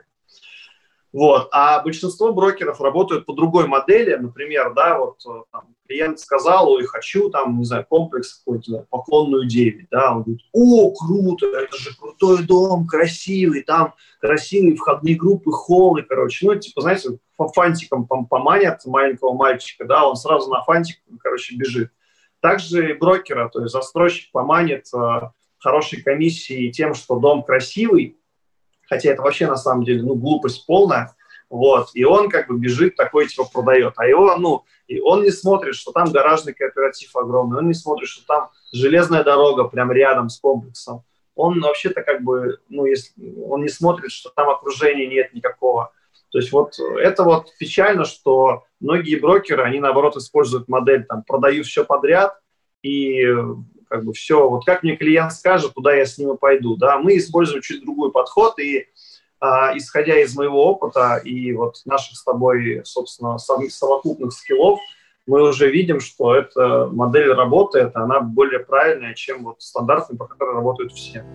Вот. А большинство брокеров работают по другой модели. Например, да, вот там, клиент сказал, ой, хочу там, не знаю, комплекс какой-то, Поклонную девять. Да, он говорит, о, круто, это же крутой дом, красивый, там красивые входные группы, холлы, короче. Ну, типа, знаете, фантиком поманят маленького мальчика, да, он сразу на фантик, короче, бежит. Также и брокера, то есть застройщик поманит э, хорошей комиссией тем, что дом красивый, хотя это вообще на самом деле, ну, глупость полная, вот, и он как бы бежит, такой типа продает, а его, ну, и он не смотрит, что там гаражный кооператив огромный, он не смотрит, что там железная дорога прям рядом с комплексом, он вообще-то как бы, ну, если, он не смотрит, что там окружения нет никакого. То есть вот это вот печально, что многие брокеры, они наоборот используют модель, там, продаю все подряд, и как бы все, вот как мне клиент скажет, туда я с ним и пойду, да, мы используем чуть другой подход, и а, исходя из моего опыта и вот наших с тобой, собственно, совокупных скиллов, мы уже видим, что эта модель работает, она более правильная, чем вот стандартная, по которой работают все.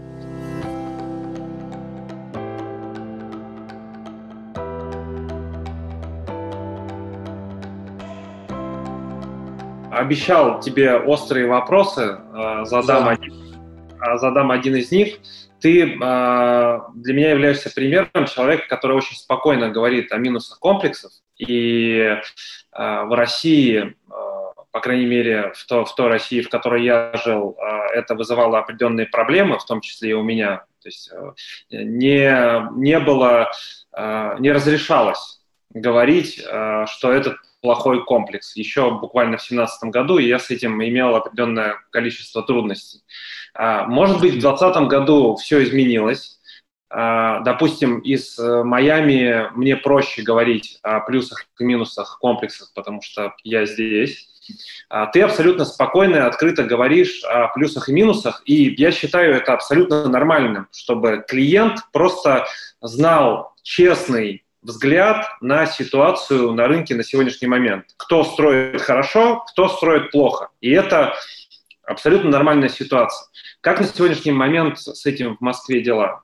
Обещал тебе острые вопросы, задам, да. один, задам один из них. Ты для меня являешься примером человека, который очень спокойно говорит о минусах комплексов. И в России по крайней мере, в, то, в той России, в которой я жил, это вызывало определенные проблемы, в том числе и у меня. То есть не, не было, не разрешалось говорить, что это плохой комплекс. Еще буквально в две тысячи семнадцатом году я с этим имел определенное количество трудностей. Может быть, в две тысячи двадцатом году все изменилось. Допустим, из Майами мне проще говорить о плюсах и минусах комплексов, потому что я здесь. Ты абсолютно спокойно и открыто говоришь о плюсах и минусах, и я считаю это абсолютно нормальным, чтобы клиент просто знал честный взгляд на ситуацию на рынке на сегодняшний момент. Кто строит хорошо, кто строит плохо. И это абсолютно нормальная ситуация. Как на сегодняшний момент с этим в Москве дела?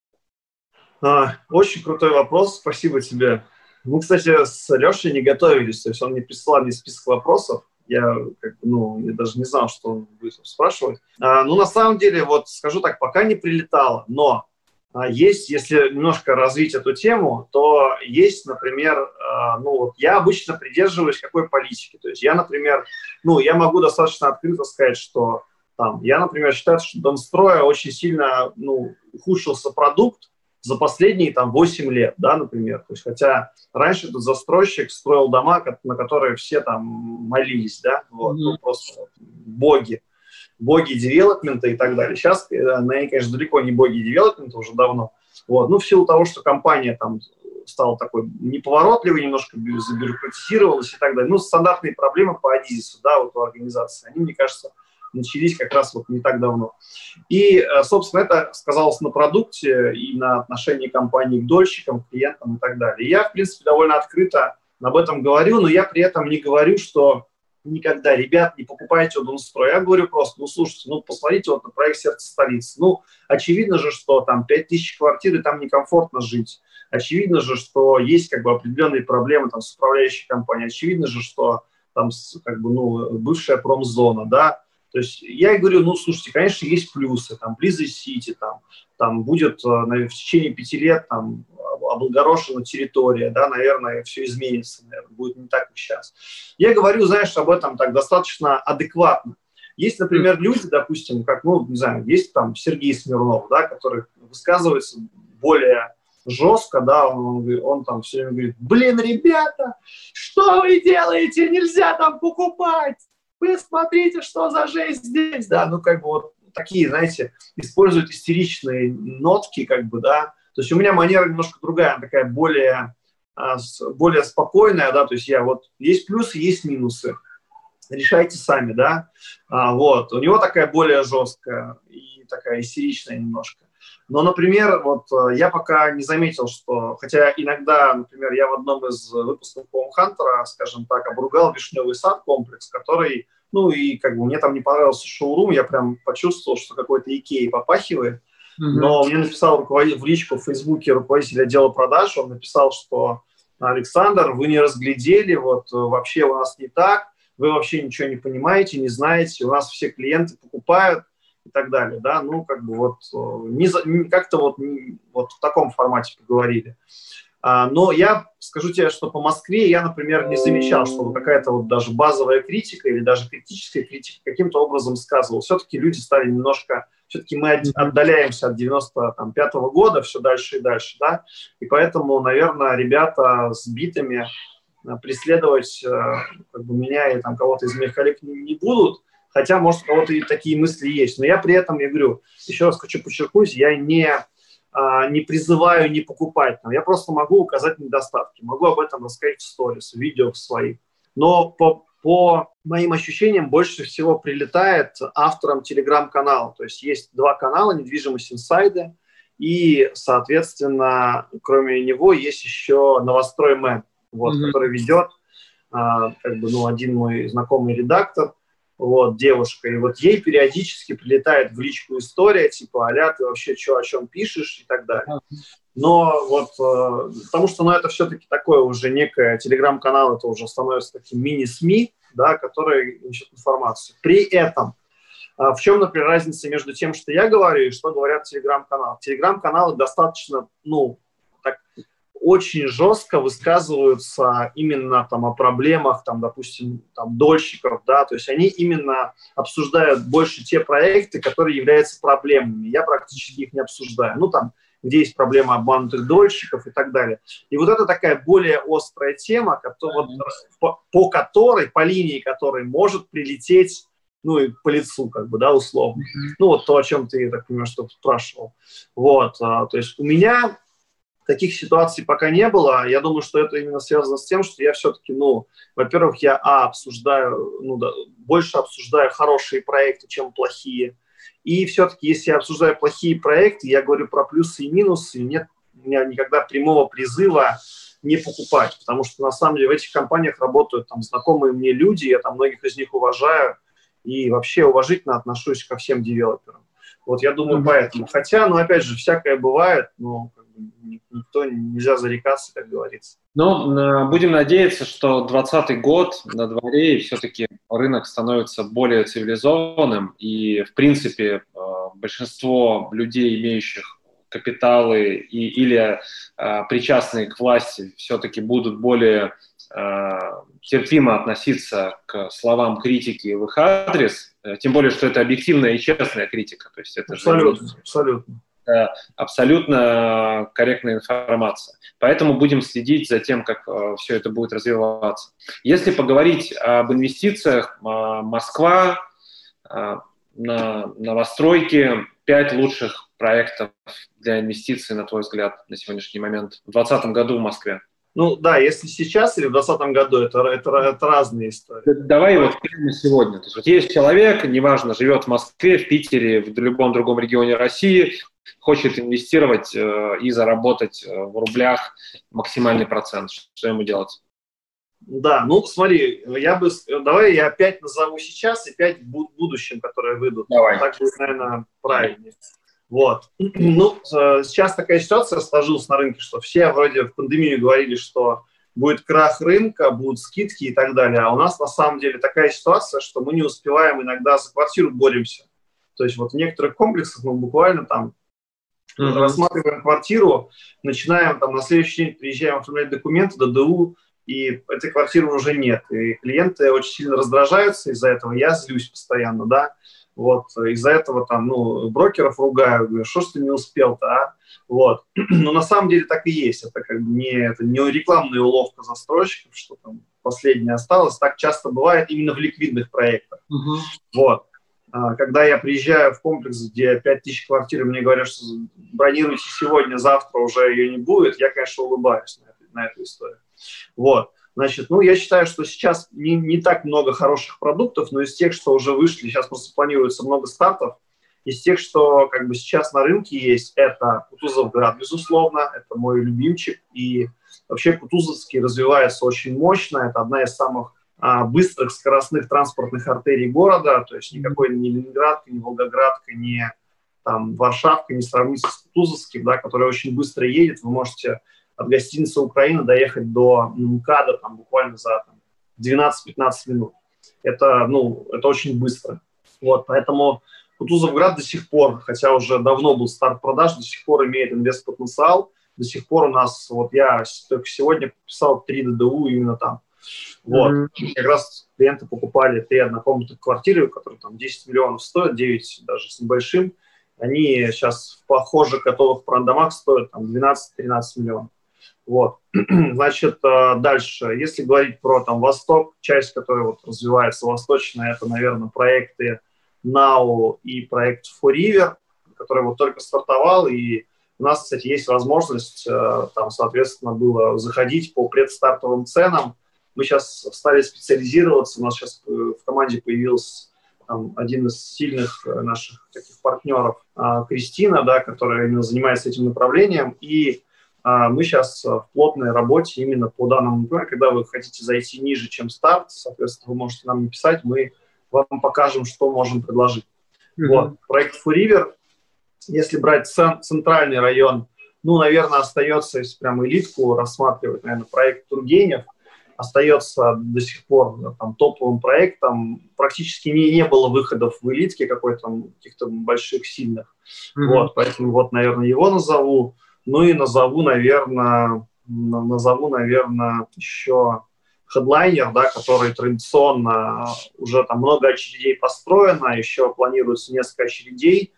А, очень крутой вопрос, спасибо тебе. Мы, кстати, с Лешей не готовились, то есть он мне прислал мне список вопросов. Я, как бы, ну, я даже не знал, что он будет спрашивать. А, ну, на самом деле, вот скажу так, пока не прилетало, но а, есть, если немножко развить эту тему, то есть, например, а, ну, вот я обычно придерживаюсь какой политики. То есть я, например, ну, я могу достаточно открыто сказать, что там, я, например, считаю, что Донстроя очень сильно, ну, ухудшился продукт за последние там восемь лет, да, например. То есть, хотя раньше этот застройщик строил дома, на которые все там молились, да, вот, mm-hmm. ну, просто вот, боги, боги девелопмента и так далее. Сейчас, они, конечно, далеко не боги девелопмента уже давно, вот, ну, в силу того, что компания там стала такой неповоротливой, немножко забюрократизировалась и так далее. Ну, стандартные проблемы по Адизису, да, вот у организации, они, мне кажется, начались как раз вот не так давно. И, собственно, это сказалось на продукте и на отношении компании к дольщикам, к клиентам и так далее. Я, в принципе, довольно открыто об этом говорю, но я при этом не говорю, что никогда, ребят, не покупайте у Донстрой. Я говорю просто, ну, слушайте, ну, посмотрите вот на проект «Сердце столицы». Ну, очевидно же, что там пять тысяч квартир, и там некомфортно жить. Очевидно же, что есть как бы определенные проблемы там с управляющей компанией. Очевидно же, что там как бы, ну, бывшая промзона, да. То есть я и говорю, ну, слушайте, конечно, есть плюсы, там, близость Сити, там, там будет наверное, в течение пяти лет там облагорошена территория, да, наверное, все изменится, наверное, будет не так, как сейчас. Я говорю, знаешь, об этом так достаточно адекватно. Есть, например, люди, допустим, как, ну, не знаю, есть там Сергей Смирнов, да, который высказывается более жестко, да, он, он, он там все время говорит, блин, ребята, что вы делаете, нельзя там покупать. Вы смотрите, что за жизнь здесь, да, ну, как бы вот такие, знаете, используют истеричные нотки, как бы, да, то есть у меня манера немножко другая, такая более, более спокойная, да, то есть я вот, есть плюсы, есть минусы, решайте сами, да, а, вот, у него такая более жесткая и такая истеричная немножко. Но, например, вот я пока не заметил, что, хотя иногда, например, я в одном из выпусков Хоумхантера, скажем так, обругал Вишневый сад комплекс, который, ну и как бы мне там не понравился шоурум, я прям почувствовал, что какой-то Икеей попахивает. Mm-hmm. Но мне написал руководитель в личку в Фейсбуке руководитель отдела продаж, он написал, что Александр, вы не разглядели, вот вообще у нас не так, вы вообще ничего не понимаете, не знаете, у нас все клиенты покупают и так далее, да, ну, как бы вот не, не, как-то вот, не, вот в таком формате поговорили. А, но я скажу тебе, что по Москве я, например, не замечал, что какая-то вот даже базовая критика или даже критическая критика каким-то образом сказывалась. Все-таки люди стали немножко, все-таки мы отдаляемся от девяносто пятого года все дальше и дальше, да, и поэтому, наверное, ребята с битами преследовать как бы, меня и там кого-то из моих коллег не, не будут, хотя, может, у кого-то и такие мысли есть. Но я при этом, я говорю, еще раз хочу подчеркнуть, я не, а, не призываю не покупать. Но я просто могу указать недостатки. Могу об этом рассказать в сторис, в видео в своих. Но по, по моим ощущениям больше всего прилетает авторам телеграм-канала. То есть есть два канала «Недвижимость инсайды», и, соответственно, кроме него есть еще «Новостроймен», вот, mm-hmm. который ведет а, как бы, ну, один мой знакомый редактор, вот, девушка, и вот ей периодически прилетает в личку история, типа, а-ля, ты вообще что, о чем пишешь и так далее. Но вот, э, потому что, ну, это все-таки такое уже некое, телеграм-канал, это уже становится таким мини-СМИ, да, который несет информацию. При этом, э, в чем, например, разница между тем, что я говорю, и что говорят телеграм-каналы? Телеграм-каналы достаточно, ну, так, очень жестко высказываются именно там о проблемах, там, допустим, там, дольщиков, да, то есть они именно обсуждают больше те проекты, которые являются проблемными. Я практически их не обсуждаю. Ну, там, где есть проблема обманутых дольщиков и так далее. И вот это такая более острая тема, которая, по, по которой, по линии которой может прилететь, ну, и по лицу, как бы, да, условно. Mm-hmm. Ну, вот то, о чем ты, я так понимаю, что спрашивал. Вот, а, то есть у меня таких ситуаций пока не было. Я думаю, что это именно связано с тем, что я все-таки, ну, во-первых, я, а, обсуждаю, ну, да, больше обсуждаю хорошие проекты, чем плохие. И все-таки, если я обсуждаю плохие проекты, я говорю про плюсы и минусы, нет у меня никогда прямого призыва не покупать, потому что, на самом деле, в этих компаниях работают там знакомые мне люди, я там многих из них уважаю, и вообще уважительно отношусь ко всем девелоперам. Вот я думаю, mm-hmm. поэтому. Хотя, ну, опять же, всякое бывает, но как бы, никто, нельзя зарекаться, как говорится. Ну, будем надеяться, что двадцатый год на дворе, и все-таки рынок становится более цивилизованным, и, в принципе, большинство людей, имеющих капиталы и, или причастные к власти, все-таки будут более терпимо относиться к словам критики в их адрес, тем более, что это объективная и честная критика. То есть это абсолютно, же абсолютно. абсолютно корректная информация. Поэтому будем следить за тем, как все это будет развиваться. Если поговорить об инвестициях, Москва, на новостройки, пять лучших проектов для инвестиций, на твой взгляд, на сегодняшний момент, в двадцатом году в Москве. Ну да, если сейчас или в двадцатом году, это, это, это разные истории. Давай вот прямо сегодня. То есть, вот есть человек, неважно, живет в Москве, в Питере, в любом другом регионе России, хочет инвестировать э, и заработать э, в рублях максимальный процент. Что ему делать? Да, ну смотри, я бы, давай я пять назову сейчас и пять в будущем, которые выйдут. Давай. Так будет, наверное, правильнее. Вот. Ну, сейчас такая ситуация сложилась на рынке, что все вроде в пандемию говорили, что будет крах рынка, будут скидки и так далее. А у нас на самом деле такая ситуация, что мы не успеваем иногда за квартиру боремся. То есть вот в некоторых комплексах мы буквально там mm-hmm. рассматриваем квартиру, начинаем там на следующий день приезжаем оформлять документы, ДДУ, и этой квартиры уже нет. И клиенты очень сильно раздражаются из-за этого. Я злюсь постоянно, да. Вот, из-за этого там, ну, брокеров ругаю, говорю, что ж ты не успел-то, а? Вот. Но на самом деле так и есть. Это как бы не, это не рекламная уловка застройщиков, что там последнее осталось. Так часто бывает именно в ликвидных проектах. Uh-huh. Вот. А, когда я приезжаю в комплекс, где пять тысяч квартир, и мне говорят, что бронируйте сегодня, завтра уже ее не будет, я, конечно, улыбаюсь на эту, на эту историю. Вот. Значит, ну, я считаю, что сейчас не, не так много хороших продуктов, но из тех, что уже вышли, сейчас просто планируется много стартов, из тех, что как бы сейчас на рынке есть, это Кутузовград, безусловно, это мой любимчик, и вообще Кутузовский развивается очень мощно, это одна из самых а, быстрых скоростных транспортных артерий города, то есть никакой ни Ленинградка, ни Волгоградка, ни там, Варшавка не сравнится с Кутузовским, да, который очень быстро едет, вы можете от гостиницы «Украина» доехать до МКАДа там, буквально за там, двенадцать-пятнадцать минут. Это, ну, это очень быстро. Вот, поэтому Кутузовград до сих пор, хотя уже давно был старт продаж, до сих пор имеет инвестпотенциал. До сих пор у нас, вот я только сегодня подписал три ДДУ именно там. Вот. Mm-hmm. Как раз клиенты покупали три однокомнатных квартиры, которые там десять миллионов стоят, девять даже с небольшим. Они сейчас в похожих готовых продамах стоят там двенадцать-тринадцать миллионов. Вот. Значит, дальше, если говорить про там Восток, часть, которая вот развивается восточная, это, наверное, проекты нау и проект Forever, который вот только стартовал, и у нас, кстати, есть возможность там, соответственно, было заходить по предстартовым ценам. Мы сейчас стали специализироваться, у нас сейчас в команде появился там, один из сильных наших таких партнеров, Кристина, да, которая именно занимается этим направлением, и мы сейчас в плотной работе именно по данному направлению. Когда вы хотите зайти ниже, чем старт, соответственно, вы можете нам написать, мы вам покажем, что можем предложить. Mm-hmm. Вот. Проект Forever, если брать центральный район, ну, наверное, остается, если прям элитку рассматривать, наверное, проект Тургенев, остается до сих пор да, там, топовым проектом. Практически не, не было выходов в элитке какой-то, каких-то больших, сильных. Mm-hmm. Вот, поэтому вот, наверное, его назову. Ну и назову, наверное, назову, наверное, еще Headliner, да, который традиционно уже там много очередей построено, еще планируется несколько очередей.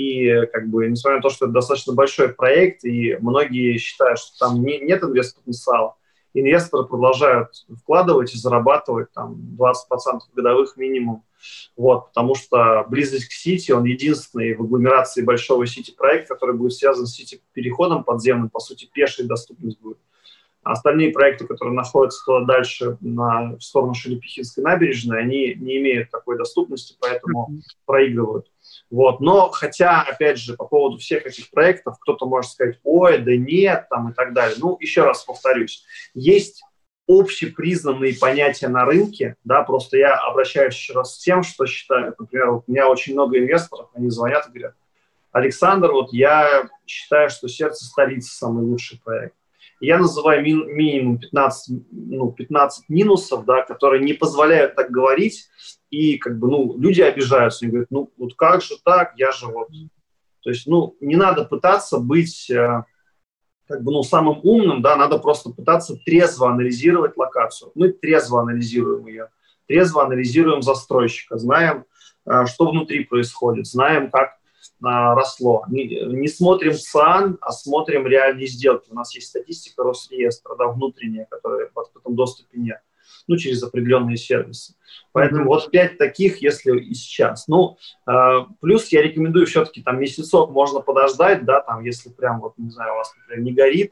И как бы, несмотря на то, что это достаточно большой проект, и многие считают, что там не, нет инвест-потенциала, инвесторы продолжают вкладывать и зарабатывать там двадцать процентов годовых минимум. Вот, потому что близость к Сити, он единственный в агломерации большого Сити-проект, который будет связан с Сити-переходом подземным, по сути, пешая доступность будет. А остальные проекты, которые находятся туда дальше, на, в сторону Шелепихинской набережной, они не имеют такой доступности, поэтому проигрывают. Вот. Но хотя, опять же, по поводу всех этих проектов, кто-то может сказать, ой, да нет, там и так далее. Ну, еще раз повторюсь, есть общепризнанные понятия на рынке, да, просто я обращаюсь еще раз с тем, что считаю, например, вот у меня очень много инвесторов, они звонят и говорят, Александр, вот я считаю, что «Сердце столицы» самый лучший проект. Я называю ми- минимум пятнадцать, ну, пятнадцать минусов, да, которые не позволяют так говорить, и как бы, ну, люди обижаются, они говорят, ну, вот как же так, я же вот... То есть, ну, не надо пытаться быть, э, как бы, ну, самым умным, да, надо просто пытаться трезво анализировать локацию. Мы трезво анализируем ее, трезво анализируем застройщика, знаем, э, что внутри происходит, знаем, как росло. Не, не смотрим ЦИАН, а смотрим реальные сделки. У нас есть статистика Росреестра, да, внутренняя, которая в открытом доступе нет, ну, через определенные сервисы. Поэтому mm-hmm. вот пять таких, если и сейчас. Ну, э, плюс я рекомендую все-таки там месяцок можно подождать, да, там, если прям, вот, не знаю, у вас, например, не горит,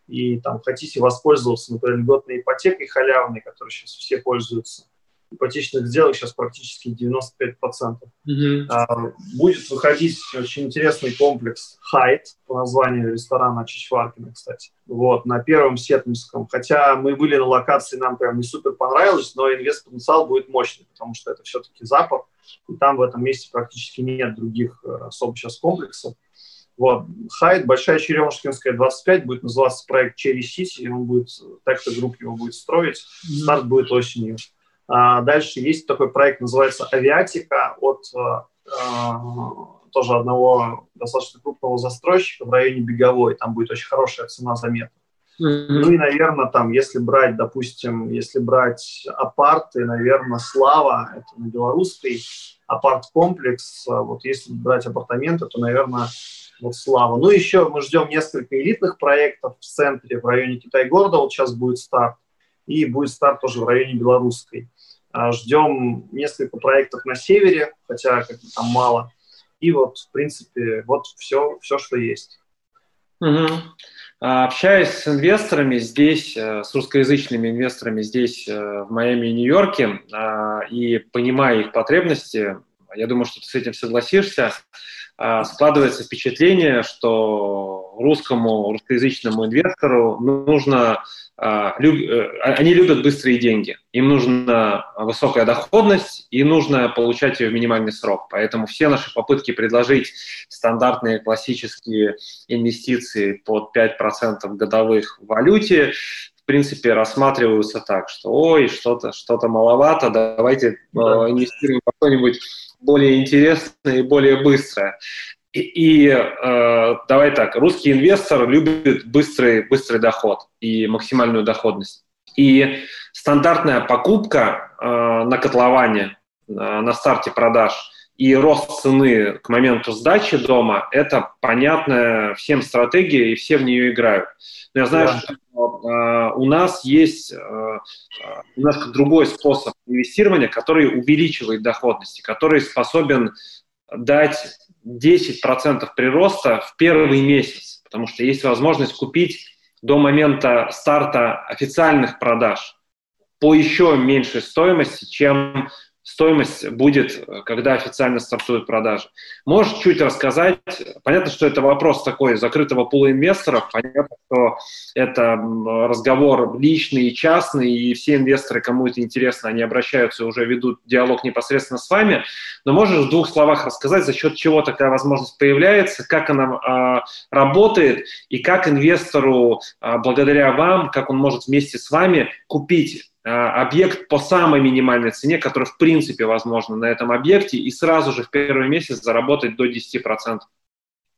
и там хотите воспользоваться, например, льготной ипотекой халявной, которой сейчас все пользуются. Ипотечных сделок сейчас практически девяносто пять процентов. Mm-hmm. А, будет выходить очень интересный комплекс Хайт по названию ресторана Чичваркина, кстати. Вот, на Первом Сетминском. Хотя мы были на локации, нам прям не супер понравилось, но инвест-потенциал будет мощный, потому что это все-таки Запад, и там в этом месте практически нет других особо сейчас комплексов. Вот. Хайт, Большая Черемушкинская, двадцать пять, будет называться проект Cherry City, и он будет, Текто Групп его будет строить. Mm-hmm. Старт будет осенью. А дальше есть такой проект, называется «Авиатика» от а, тоже одного достаточно крупного застройщика в районе Беговой. Там будет очень хорошая цена за метр. Mm-hmm. Ну и, наверное, там, если брать, допустим, если брать апарты, наверное, «Слава», это на Белорусской, апарт-комплекс, вот если брать апартаменты, то, наверное, вот «Слава». Ну, еще мы ждем несколько элитных проектов в центре, в районе Китай-города, вот сейчас будет старт, и будет старт тоже в районе Белорусской. Ждем несколько проектов на севере, хотя как бы там мало. И вот, в принципе, вот все, все что есть. Угу. Общаясь с инвесторами здесь, с русскоязычными инвесторами здесь, в Майами и Нью-Йорке, и понимая их потребности, я думаю, что ты с этим согласишься, складывается впечатление, что русскому, русскоязычному инвестору нужно... Они любят быстрые деньги. Им нужна высокая доходность и нужно получать ее в минимальный срок. Поэтому все наши попытки предложить стандартные классические инвестиции под пять процентов годовых в валюте, в принципе, рассматриваются так, что ой, что-то, что-то маловато, давайте да. инвестируем в что-нибудь более интересное и более быстрое. И, и э, давай так, русский инвестор любит быстрый, быстрый доход и максимальную доходность. И стандартная покупка э, на котловане, э, на старте продаж и рост цены к моменту сдачи дома – это понятная всем стратегия, и все в нее играют. Но я знаю, да. что э, у нас есть э, немножко другой способ инвестирования, который увеличивает доходность, который способен дать десять процентов прироста в первый месяц, потому что есть возможность купить до момента старта официальных продаж по еще меньшей стоимости, чем стоимость будет, когда официально стартуют продажи. Можешь чуть рассказать? Понятно, что это вопрос такой закрытого пула инвесторов, понятно, что это разговор личный и частный, и все инвесторы, кому это интересно, они обращаются и уже ведут диалог непосредственно с вами, но можешь в двух словах рассказать, за счет чего такая возможность появляется, как она э, работает, и как инвестору, э, благодаря вам, как он может вместе с вами купить объект по самой минимальной цене, которая в принципе возможна на этом объекте, и сразу же в первый месяц заработать до десяти процентов.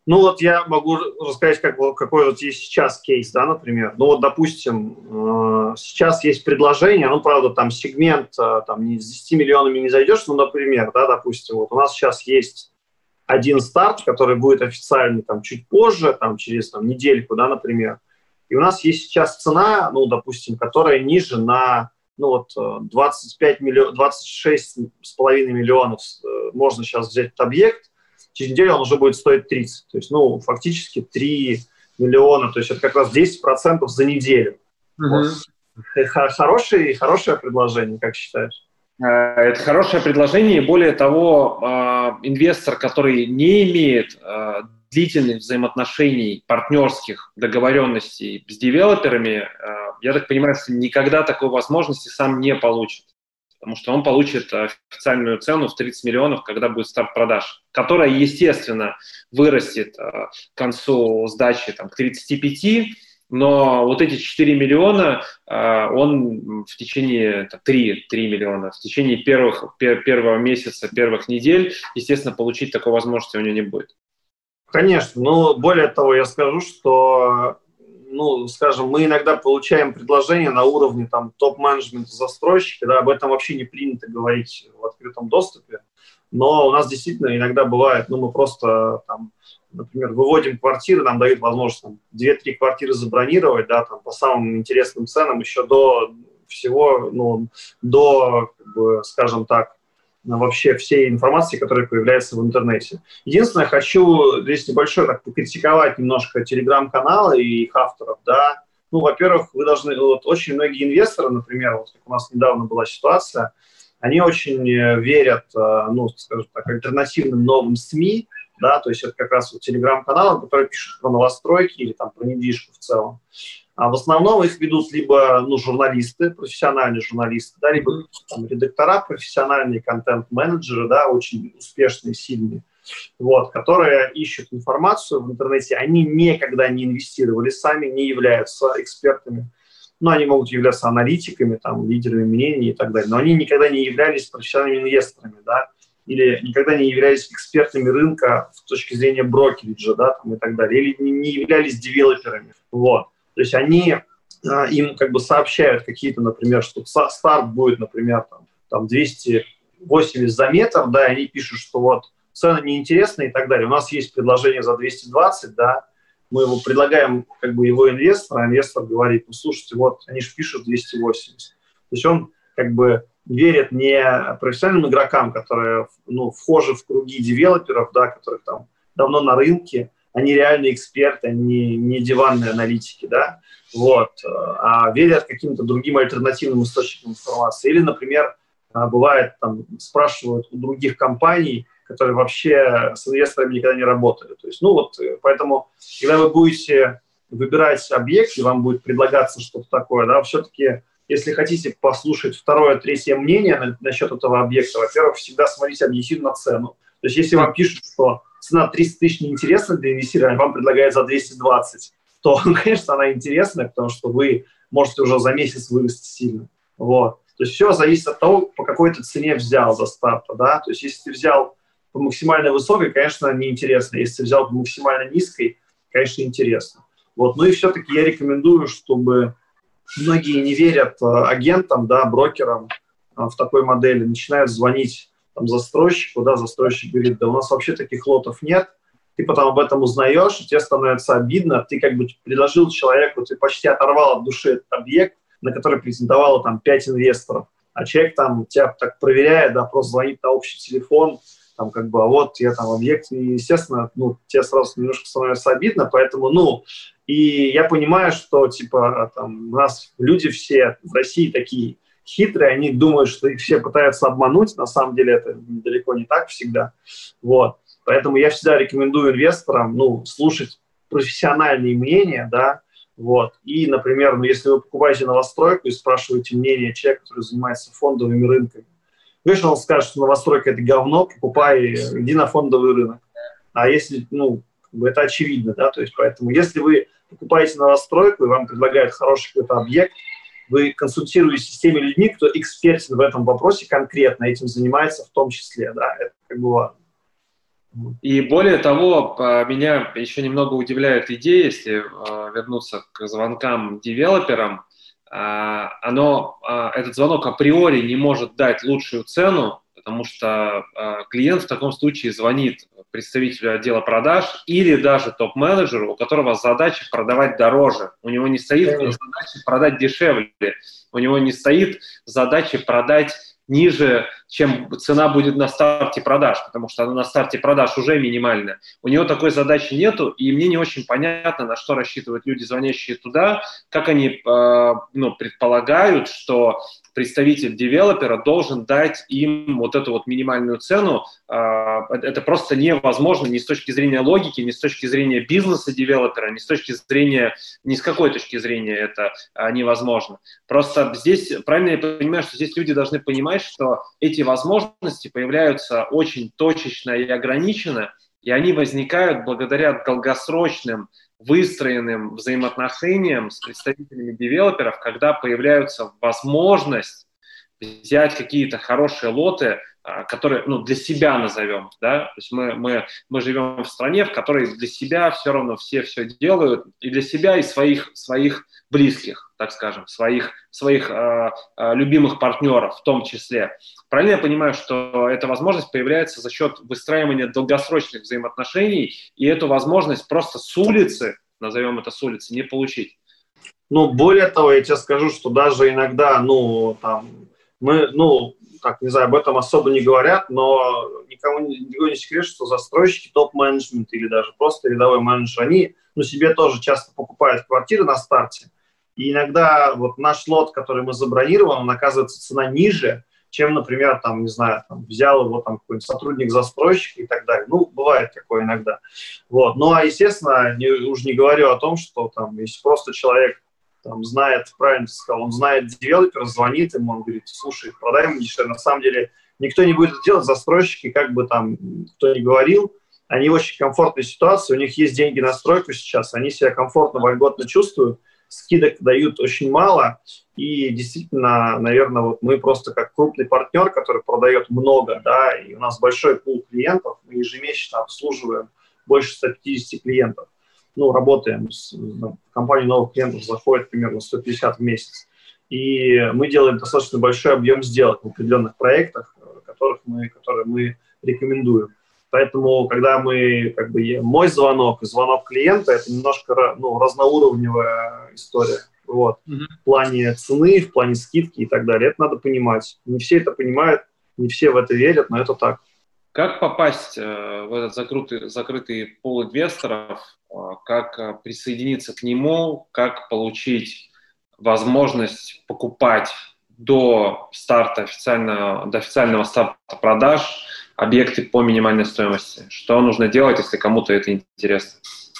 Ну вот я могу рассказать, как, какой вот есть сейчас кейс, да, например. Ну вот, допустим, э, сейчас есть предложение, ну, правда, там сегмент, э, там, не с десятью миллионами не зайдешь, ну, например, да, допустим, вот у нас сейчас есть один старт, который будет официальный там чуть позже, там, через там, недельку, да, например. И у нас есть сейчас цена, ну, допустим, которая ниже на, ну, вот, двадцать пять миллионов, двадцать шесть с половиной миллионов э, можно сейчас взять этот объект. Через неделю он уже будет стоить тридцать. То есть, ну, фактически три миллиона. То есть это как раз десять процентов за неделю. Mm-hmm. Вот. Хорошее, хорошее предложение, как считаешь? Это хорошее предложение. И более того, инвестор, который не имеет длительных взаимоотношений, партнерских договоренностей с девелоперами, я так понимаю, что никогда такой возможности сам не получит. Потому что он получит официальную цену в тридцать миллионов, когда будет старт продаж, которая, естественно, вырастет к концу сдачи там, к тридцати пяти, но вот эти четыре миллиона он в течение три миллиона, в течение первых, первого месяца, первых недель, естественно, получить такой возможности у него не будет. Конечно, но более того, я скажу, что ну, скажем, мы иногда получаем предложения на уровне там, топ-менеджмента застройщика, да, об этом вообще не принято говорить в открытом доступе, но у нас действительно иногда бывает, ну, мы просто, там, например, выводим квартиры, нам дают возможность там, две-три квартиры забронировать, да, там, по самым интересным ценам еще до всего, ну, до, как бы, скажем так, вообще всей информации, которая появляется в интернете. Единственное, хочу здесь небольшое так покритиковать немножко телеграм-каналы и их авторов, да. Ну, во-первых, вы должны, вот очень многие инвесторы, например, вот как у нас недавно была ситуация, они очень верят, ну, скажем так, альтернативным новым СМИ, да, то есть это как раз вот телеграм-каналы, которые пишут про новостройки или там про недвижку в целом. А в основном их ведут либо ну, журналисты, профессиональные журналисты, да, либо там, редактора, профессиональные контент-менеджеры, да, очень успешные, сильные, вот, которые ищут информацию в интернете. Они никогда не инвестировали сами, не являются экспертами. Ну, они могут являться аналитиками, там, лидерами мнений и так далее, но они никогда не являлись профессиональными инвесторами, да, или никогда не являлись экспертами рынка с точки зрения брокериджа, да, там, и так далее, или не являлись девелоперами, вот. То есть они, им как бы сообщают какие-то, например, что старт будет, например, там, там двести восемьдесят за метр, да, и они пишут, что вот цены неинтересные и так далее. У нас есть предложение за двести двадцать, да, мы его предлагаем как бы его инвестору, а инвестор говорит, ну, слушайте, вот они же пишут двести восемьдесят. То есть он как бы верит не профессиональным игрокам, которые, ну, вхожи в круги девелоперов, да, которых там давно на рынке, они реальные эксперты, они не диванные аналитики, да, вот, а верят каким-то другим альтернативным источникам информации. Или, например, бывает, там, спрашивают у других компаний, которые вообще с инвесторами никогда не работали. То есть, ну вот, поэтому, когда вы будете выбирать объект, и вам будет предлагаться что-то такое, да, все-таки, если хотите послушать второе, третье мнение насчет этого объекта, во-первых, всегда смотрите объективно цену. То есть, если вам пишут, что цена триста тысяч неинтересна для инвестирования, вам предлагают за двести двадцать, то, конечно, она интересная, потому что вы можете уже за месяц вырасти сильно. Вот. То есть все зависит от того, по какой ты цене взял за старта, да. То есть если ты взял по максимально высокой, конечно, неинтересно. Если ты взял по максимально низкой, конечно, интересно. Вот. Ну и все-таки я рекомендую, чтобы многие не верят агентам, да, брокерам в такой модели, начинают звонить там, застройщику, да, застройщик говорит, да у нас вообще таких лотов нет, ты потом об этом узнаешь, и тебе становится обидно, ты как бы предложил человеку, ты почти оторвал от души этот объект, на который претендовало там пять инвесторов, а человек там тебя так проверяет, да, просто звонит на общий телефон, там как бы, а вот я там объект, и, естественно, ну, тебе сразу немножко становится обидно, поэтому, ну, и я понимаю, что, типа, там, у нас люди все в России такие хитрые, они думают, что их все пытаются обмануть, на самом деле это далеко не так всегда, вот, поэтому я всегда рекомендую инвесторам, ну, слушать профессиональные мнения, да, вот, и, например, ну, если вы покупаете новостройку и спрашиваете мнение человека, который занимается фондовыми рынками, конечно, он скажет, что новостройка – это говно, покупай, иди на фондовый рынок, а если, ну, это очевидно, да, то есть поэтому, если вы покупаете новостройку и вам предлагают хороший какой-то объект, вы консультируетесь с теми людьми, кто экспертен в этом вопросе конкретно, этим занимается в том числе, да, это как бы важно. И более того, меня еще немного удивляет идея, если вернуться к звонкам девелоперам, оно, этот звонок априори не может дать лучшую цену, потому что клиент в таком случае звонит представителю отдела продаж или даже топ-менеджеру, у которого задача продавать дороже. У него не стоит задача продать дешевле, у него не стоит задача продать ниже, чем цена будет на старте продаж, потому что она на старте продаж уже минимальная. У него такой задачи нету, и мне не очень понятно, на что рассчитывают люди, звонящие туда, как они э, ну, предполагают, что представитель девелопера должен дать им вот эту вот минимальную цену. Э, это просто невозможно ни с точки зрения логики, ни с точки зрения бизнеса девелопера, ни с точки зрения, ни с какой точки зрения это э, невозможно. Просто здесь, правильно я понимаю, что здесь люди должны понимать, что эти возможности появляются очень точечно и ограниченно, и они возникают благодаря долгосрочным выстроенным взаимоотношениям с представителями девелоперов, когда появляется возможность взять какие-то хорошие лоты, которые, ну, для себя назовем, да, то есть мы, мы, мы живем в стране, в которой для себя все равно все все делают, и для себя, и своих, своих близких, так скажем, своих, своих э, э, любимых партнеров в том числе. Правильно я понимаю, что эта возможность появляется за счет выстраивания долгосрочных взаимоотношений, и эту возможность просто с улицы, назовем это с улицы, не получить? Ну, более того, я тебе скажу, что даже иногда, ну, там, мы, ну, так, не знаю, об этом особо не говорят, но никому не, никому не секрет, что застройщики, топ-менеджмент или даже просто рядовой менеджер, они, ну, себе тоже часто покупают квартиры на старте. И иногда вот наш лот, который мы забронировали, он оказывается цена ниже, чем, например, там, не знаю, там, взял его там какой-нибудь сотрудник застройщика и так далее. Ну, бывает такое иногда. Вот. Ну, а, естественно, не, уж не говорю о том, что там, если просто человек там знает, правильно ты сказал, он знает девелопера, звонит ему, он говорит, слушай, продай мне дешевле. На самом деле никто не будет это делать, застройщики, как бы там кто ни говорил, они в очень комфортной ситуации, у них есть деньги на стройку сейчас, они себя комфортно, вольготно чувствуют, скидок дают очень мало, и действительно, наверное, вот мы просто как крупный партнер, который продает много, да, и у нас большой пул клиентов, мы ежемесячно обслуживаем больше ста пятидесяти клиентов. Ну, работаем с ну, компанией новых клиентов, заходит примерно сто пятьдесят в месяц. И мы делаем достаточно большой объем сделок в определенных проектах, которых мы, которые мы рекомендуем. Поэтому, когда мы, как бы, мой звонок и звонок клиента, это немножко ну, разноуровневая история. Вот. Mm-hmm. В плане цены, в плане скидки и так далее. Это надо понимать. Не все это понимают, не все в это верят, но это так. Как попасть э, в этот закрытый, закрытый пул инвесторов, э, как э, присоединиться к нему, как получить возможность покупать до старта официального, до официального старта продаж объекты по минимальной стоимости? Что нужно делать, если кому-то это интересно?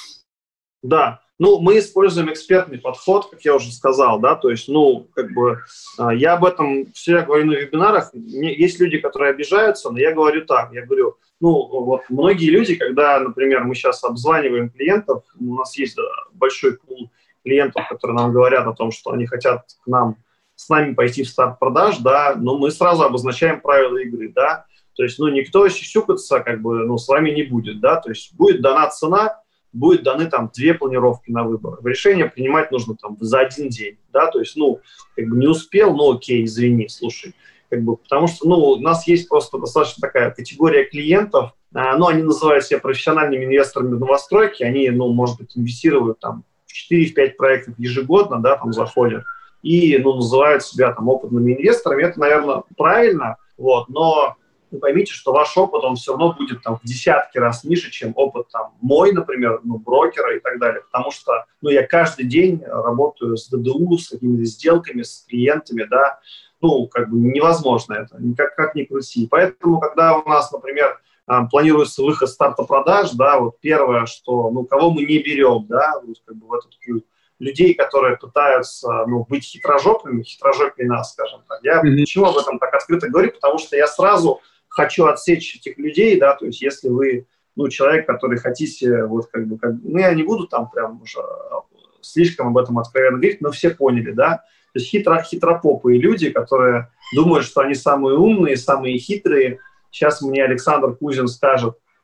Да. Ну, мы используем экспертный подход, как я уже сказал, да, то есть, ну, как бы, я об этом всегда говорю на вебинарах, есть люди, которые обижаются, но я говорю так, я говорю, ну, вот многие люди, когда, например, мы сейчас обзваниваем клиентов, у нас есть большой пул клиентов, которые нам говорят о том, что они хотят к нам, с нами пойти в старт продаж, да, но мы сразу обозначаем правила игры, да, то есть, ну, никто сюсюкаться, как бы, ну, с вами не будет, да, то есть будет дана цена, будет даны там две планировки на выбор. Решение принимать нужно там за один день, да, то есть, ну, как бы не успел, ну, окей, извини, слушай, как бы, потому что, ну, у нас есть просто достаточно такая категория клиентов, а, ну, они называют себя профессиональными инвесторами в новостройки, они, ну, может быть, инвестируют там в четыре-пять проектов ежегодно, да, там заходят, и, ну, называют себя там опытными инвесторами, это, наверное, правильно, вот, но вы поймите, что ваш опыт, он все равно будет там в десятки раз ниже, чем опыт там мой, например, ну, брокера и так далее, потому что, ну, я каждый день работаю с ДДУ, с какими-то сделками, с клиентами, да, ну, как бы невозможно это, никак как ни крути. Поэтому, когда у нас, например, планируется выход старта продаж, да, вот первое, что, ну, кого мы не берем, да, вот, как бы в этот ключ, людей, которые пытаются, ну, быть хитрожопыми, хитрожопнее нас, скажем так. Я mm-hmm. почему об этом так открыто говорю? Потому что я сразу хочу отсечь этих людей, да, то есть если вы, ну, человек, который хотите, вот, как бы, как, ну, я не буду там прям уже слишком об этом откровенно говорить, но все поняли, да, то есть хитро, хитропопые люди, которые думают, что они самые умные, самые хитрые. Сейчас мне Александр Кузин скажет,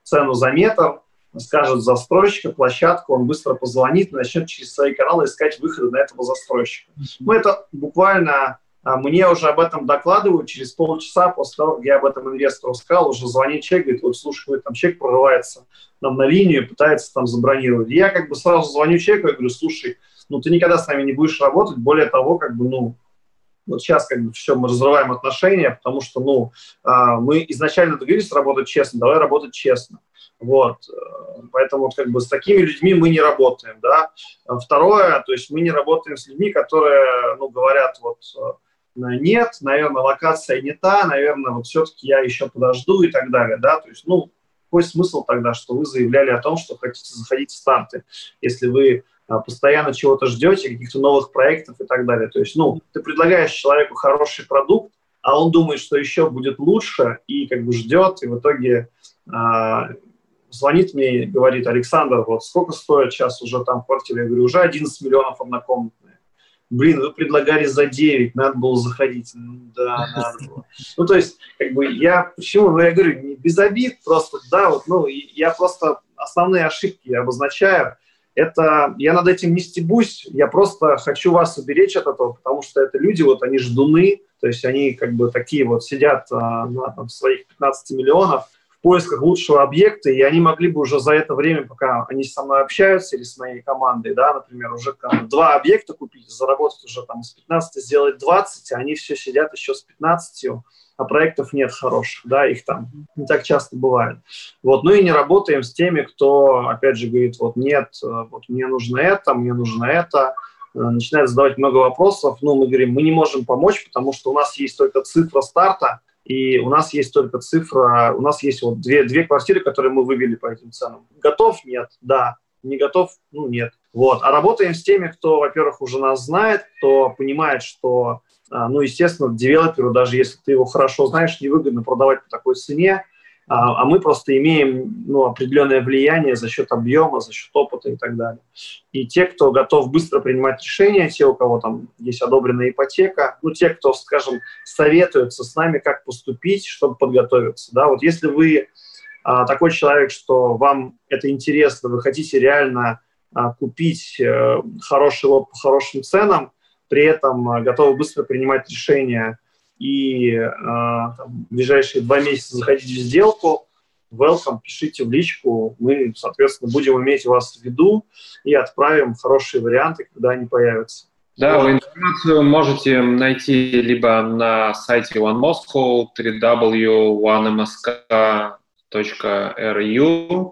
цену за метр, скажет застройщика, площадку, он быстро позвонит и начнет через свои каналы искать выходы на этого застройщика. Ну, это буквально мне уже об этом докладывают через полчаса после того, как я об этом инвестору сказал, уже звонит человек, говорит, вот, слушай, там человек прорывается нам на линию, пытается там забронировать. И я как бы сразу звоню человеку и говорю, слушай, ну, ты никогда с нами не будешь работать, более того, как бы, ну, вот сейчас как бы все, мы разрываем отношения, потому что, ну, мы изначально договорились работать честно, давай работать честно. Вот, поэтому вот, как бы с такими людьми мы не работаем, да. Второе, то есть мы не работаем с людьми, которые, ну, говорят, вот, нет, наверное, локация не та, наверное, вот все-таки я еще подожду и так далее, да, то есть, ну, какой смысл тогда, что вы заявляли о том, что хотите заходить в старты, если вы постоянно чего-то ждете, каких-то новых проектов и так далее, то есть, ну, ты предлагаешь человеку хороший продукт, а он думает, что еще будет лучше, и как бы ждет, и в итоге звонит мне и говорит, Александр, вот сколько стоит сейчас уже там квартира? Я говорю, уже одиннадцать миллионов однокомнатные. Блин, вы предлагали за девять, надо было заходить. Ну, да, надо было. Ну, то есть, как бы, я, почему, ну, я говорю, не без обид, просто, да, вот, ну, я просто основные ошибки обозначаю. Это, я над этим не стебусь, я просто хочу вас уберечь от этого, потому что это люди, вот, они ждуны, то есть они, как бы, такие вот сидят а, на там, своих пятнадцати миллионов, в поисках лучшего объекта, и они могли бы уже за это время, пока они со мной общаются или с моей командой, да, например, уже там, два объекта купить, заработать уже там с пятнадцати сделать двадцать, а они все сидят еще с пятнадцатью, а проектов нет хороших, да, их там не так часто бывает. Вот, ну и не работаем с теми, кто, опять же, говорит, вот нет, вот мне нужно это, мне нужно это, начинает задавать много вопросов, ну, мы говорим, мы не можем помочь, потому что у нас есть только цифра старта, и у нас есть только цифра, у нас есть вот две, две квартиры, которые мы вывели по этим ценам. Готов? Нет. Да. Не готов? Ну, нет. Вот. А работаем с теми, кто, во-первых, уже нас знает, кто понимает, что, ну, естественно, девелоперу, даже если ты его хорошо знаешь, невыгодно продавать по такой цене, а мы просто имеем, ну, определенное влияние за счет объема, за счет опыта и так далее. И те, кто готов быстро принимать решения, те, у кого там есть одобренная ипотека, ну, те, кто, скажем, советуются с нами, как поступить, чтобы подготовиться. Да? Вот если вы а, такой человек, что вам это интересно, вы хотите реально а, купить а, хороший лот по хорошим ценам, при этом а, готовы быстро принимать решения, и э, там, в ближайшие два месяца заходить в сделку, welcome, пишите в личку, мы, соответственно, будем иметь вас в виду и отправим хорошие варианты, когда они появятся. Да, вот. Вы информацию можете найти либо на сайте One Moscow, дабл ю дабл ю дабл ю точка one m s k точка r u,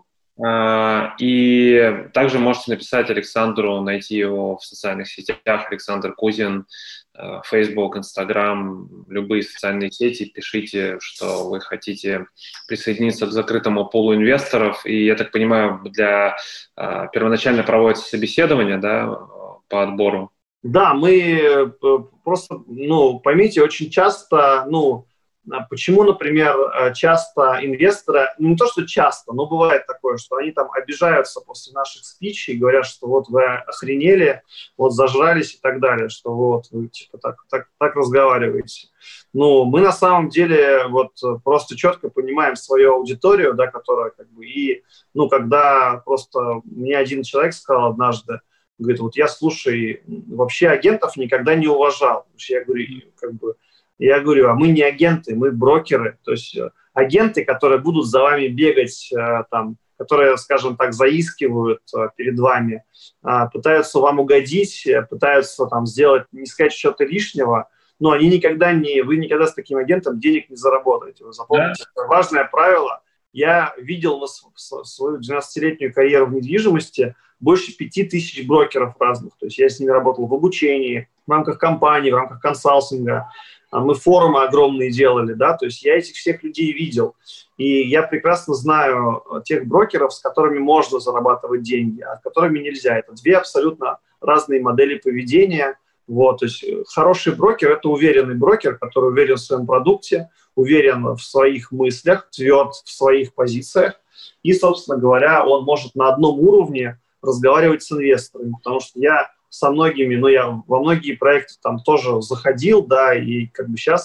и также можете написать Александру, найти его в социальных сетях, Александр Кузин, Facebook, Instagram, любые социальные сети, пишите, что вы хотите присоединиться к закрытому пулу инвесторов. И, я так понимаю, для uh, первоначально проводится собеседование, да, по отбору? Да, мы просто, ну, поймите, очень часто, ну, почему, например, часто инвесторы, ну, не то, что часто, но бывает такое, что они там обижаются после наших спичей и говорят, что вот вы охренели, вот зажрались и так далее, что вот вы типа так, так, так разговариваете. Ну, мы на самом деле вот просто четко понимаем свою аудиторию, да, которая как бы и, ну, когда просто мне один человек сказал однажды, говорит, вот я, слушай, вообще агентов никогда не уважал. Я говорю, как бы, Я говорю, а мы не агенты, мы брокеры. То есть агенты, которые будут за вами бегать, там, которые, скажем так, заискивают перед вами, пытаются вам угодить, пытаются там, сделать, не сказать что-то лишнего, но они никогда не, вы никогда с таким агентом денег не заработаете. Вы запомните, да? Это важное правило. Я видел на свою двенадцатилетнюю карьеру в недвижимости больше пяти тысяч брокеров разных. То есть я с ними работал в обучении, в рамках компании, в рамках консалтинга. Мы форумы огромные делали, да, то есть я этих всех людей видел. И я прекрасно знаю тех брокеров, с которыми можно зарабатывать деньги, а с которыми нельзя. Это две абсолютно разные модели поведения. Вот, то есть хороший брокер – это уверенный брокер, который уверен в своем продукте, уверен в своих мыслях, тверд в своих позициях. И, собственно говоря, он может на одном уровне разговаривать с инвесторами, потому что я со многими, ну, я во многие проекты там тоже заходил, да, и как бы сейчас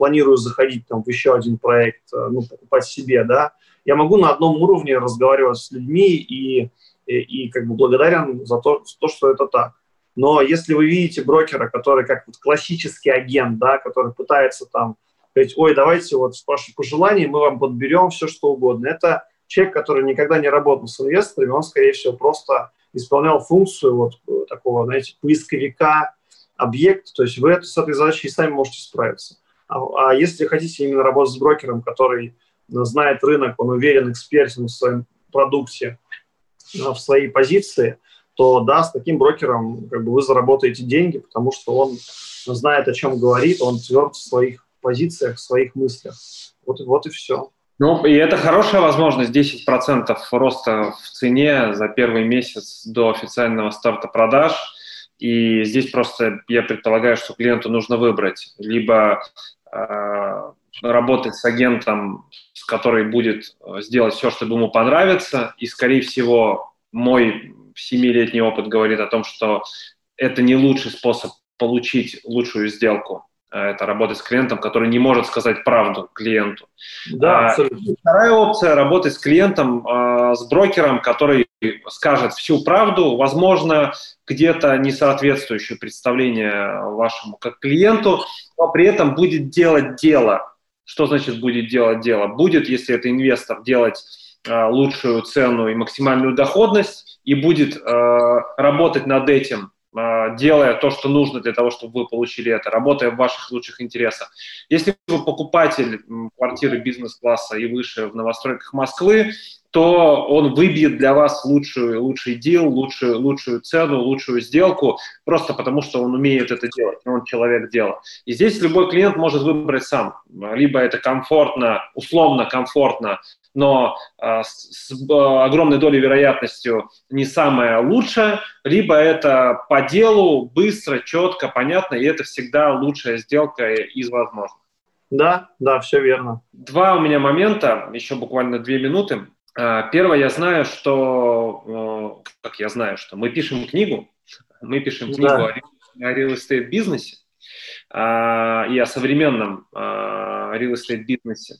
планирую заходить там, в еще один проект, ну, покупать себе, да, я могу на одном уровне разговаривать с людьми и, и, и как бы благодарен за то, за то, что это так. Но если вы видите брокера, который как вот классический агент, да, который пытается там говорить, ой, давайте вот с вашим пожеланием мы вам подберем все, что угодно. Это человек, который никогда не работал с инвесторами, он, скорее всего, просто исполнял функцию вот такого, знаете, поисковика, объект, то есть вы с этой задачей и сами можете справиться. А, а если хотите именно работать с брокером, который знает рынок, он уверен, экспертен в своем продукте, в своей позиции, то да, с таким брокером как бы вы заработаете деньги, потому что он знает, о чем говорит, он тверд в своих позициях, в своих мыслях. Вот, вот и все. Ну, и это хорошая возможность, десять процентов роста в цене за первый месяц до официального старта продаж. И здесь просто я предполагаю, что клиенту нужно выбрать либо э, работать с агентом, который будет сделать все, что ему понравится, и, скорее всего, мой семилетний опыт говорит о том, что это не лучший способ получить лучшую сделку. Это работать с клиентом, который не может сказать правду клиенту. Да, абсолютно. А, вторая опция – работать с клиентом, а, с брокером, который скажет всю правду, возможно, где-то не соответствующее представление вашему как клиенту, но при этом будет делать дело. Что значит будет делать дело? Будет, если это инвестор, делать а, лучшую цену и максимальную доходность, и будет а, работать над этим, делая то, что нужно для того, чтобы вы получили это, работая в ваших лучших интересах. Если вы покупатель квартиры бизнес-класса и выше в новостройках Москвы, то он выбьет для вас лучшую, лучший дил, лучшую, лучшую цену, лучшую сделку, просто потому что он умеет это делать, он человек дела. И здесь любой клиент может выбрать сам. Либо это комфортно, условно комфортно, но э, с, с э, огромной долей вероятностью не самое лучшее, либо это по делу, быстро, четко, понятно, и это всегда лучшая сделка из возможных. Да, да, все верно. Два у меня момента, еще буквально две минуты. Э, первое, я знаю, что, э, как я знаю, что мы пишем книгу, мы пишем книгу да. о, о real estate бизнесе, и о современном uh, real estate бизнесе.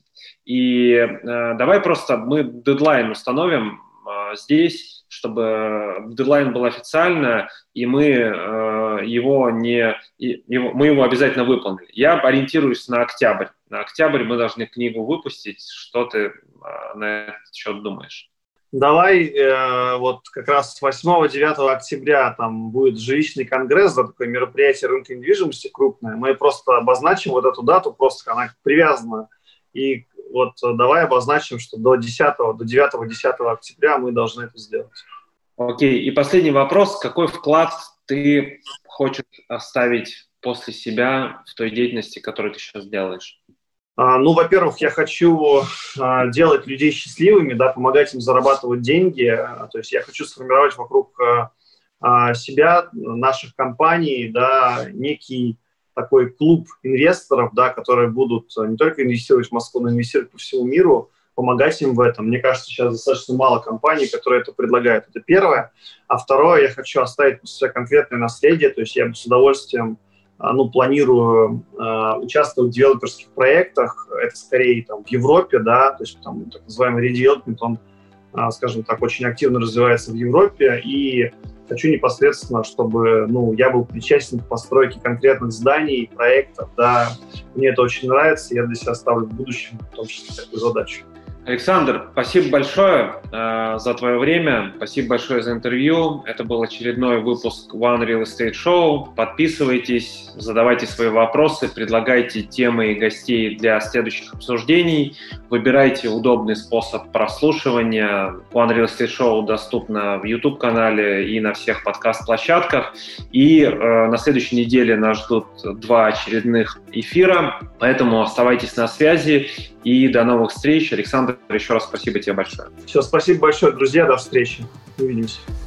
И uh, давай просто мы дедлайн установим uh, здесь, чтобы дедлайн был официально, и мы uh, его не, и, его, мы его обязательно выполнили. Я ориентируюсь на октябрь. На октябрь мы должны книгу выпустить. Что ты uh, на этот счет думаешь? Давай э, вот как раз восьмого-девятого октября там будет жилищный конгресс, да, такое мероприятие рынка недвижимости крупное. Мы просто обозначим вот эту дату, просто она привязана. И вот давай обозначим, что до десятого, до девятого-десятого октября мы должны это сделать. Окей. И последний вопрос. Какой вклад ты хочешь оставить после себя в той деятельности, которую ты сейчас делаешь? Ну, во-первых, я хочу а, делать людей счастливыми, да, помогать им зарабатывать деньги. То есть я хочу сформировать вокруг а, себя, наших компаний, да, некий такой клуб инвесторов, да, которые будут не только инвестировать в Москву, но и инвестировать по всему миру, помогать им в этом. Мне кажется, сейчас достаточно мало компаний, которые это предлагают. Это первое. А второе, я хочу оставить после себя конкретное наследие. То есть я бы с удовольствием ну, планирую э, участвовать в девелоперских проектах, это скорее там, в Европе, да, то есть там так называемый редевелопмент, он, э, скажем так, очень активно развивается в Европе, и хочу непосредственно, чтобы, ну, я был причастен к постройке конкретных зданий, проектов, да, мне это очень нравится, я для себя ставлю в будущем в том числе такую задачу. Александр, спасибо большое э, за твое время, спасибо большое за интервью. Это был очередной выпуск One Real Estate Show. Подписывайтесь, задавайте свои вопросы, предлагайте темы и гостей для следующих обсуждений. Выбирайте удобный способ прослушивания. One Real Estate Show доступно в YouTube-канале и на всех подкаст-площадках. И э, на следующей неделе нас ждут два очередных эфира, поэтому оставайтесь на связи. И до новых встреч. Александр, еще раз спасибо тебе большое. Все, спасибо большое, друзья. До встречи. Увидимся.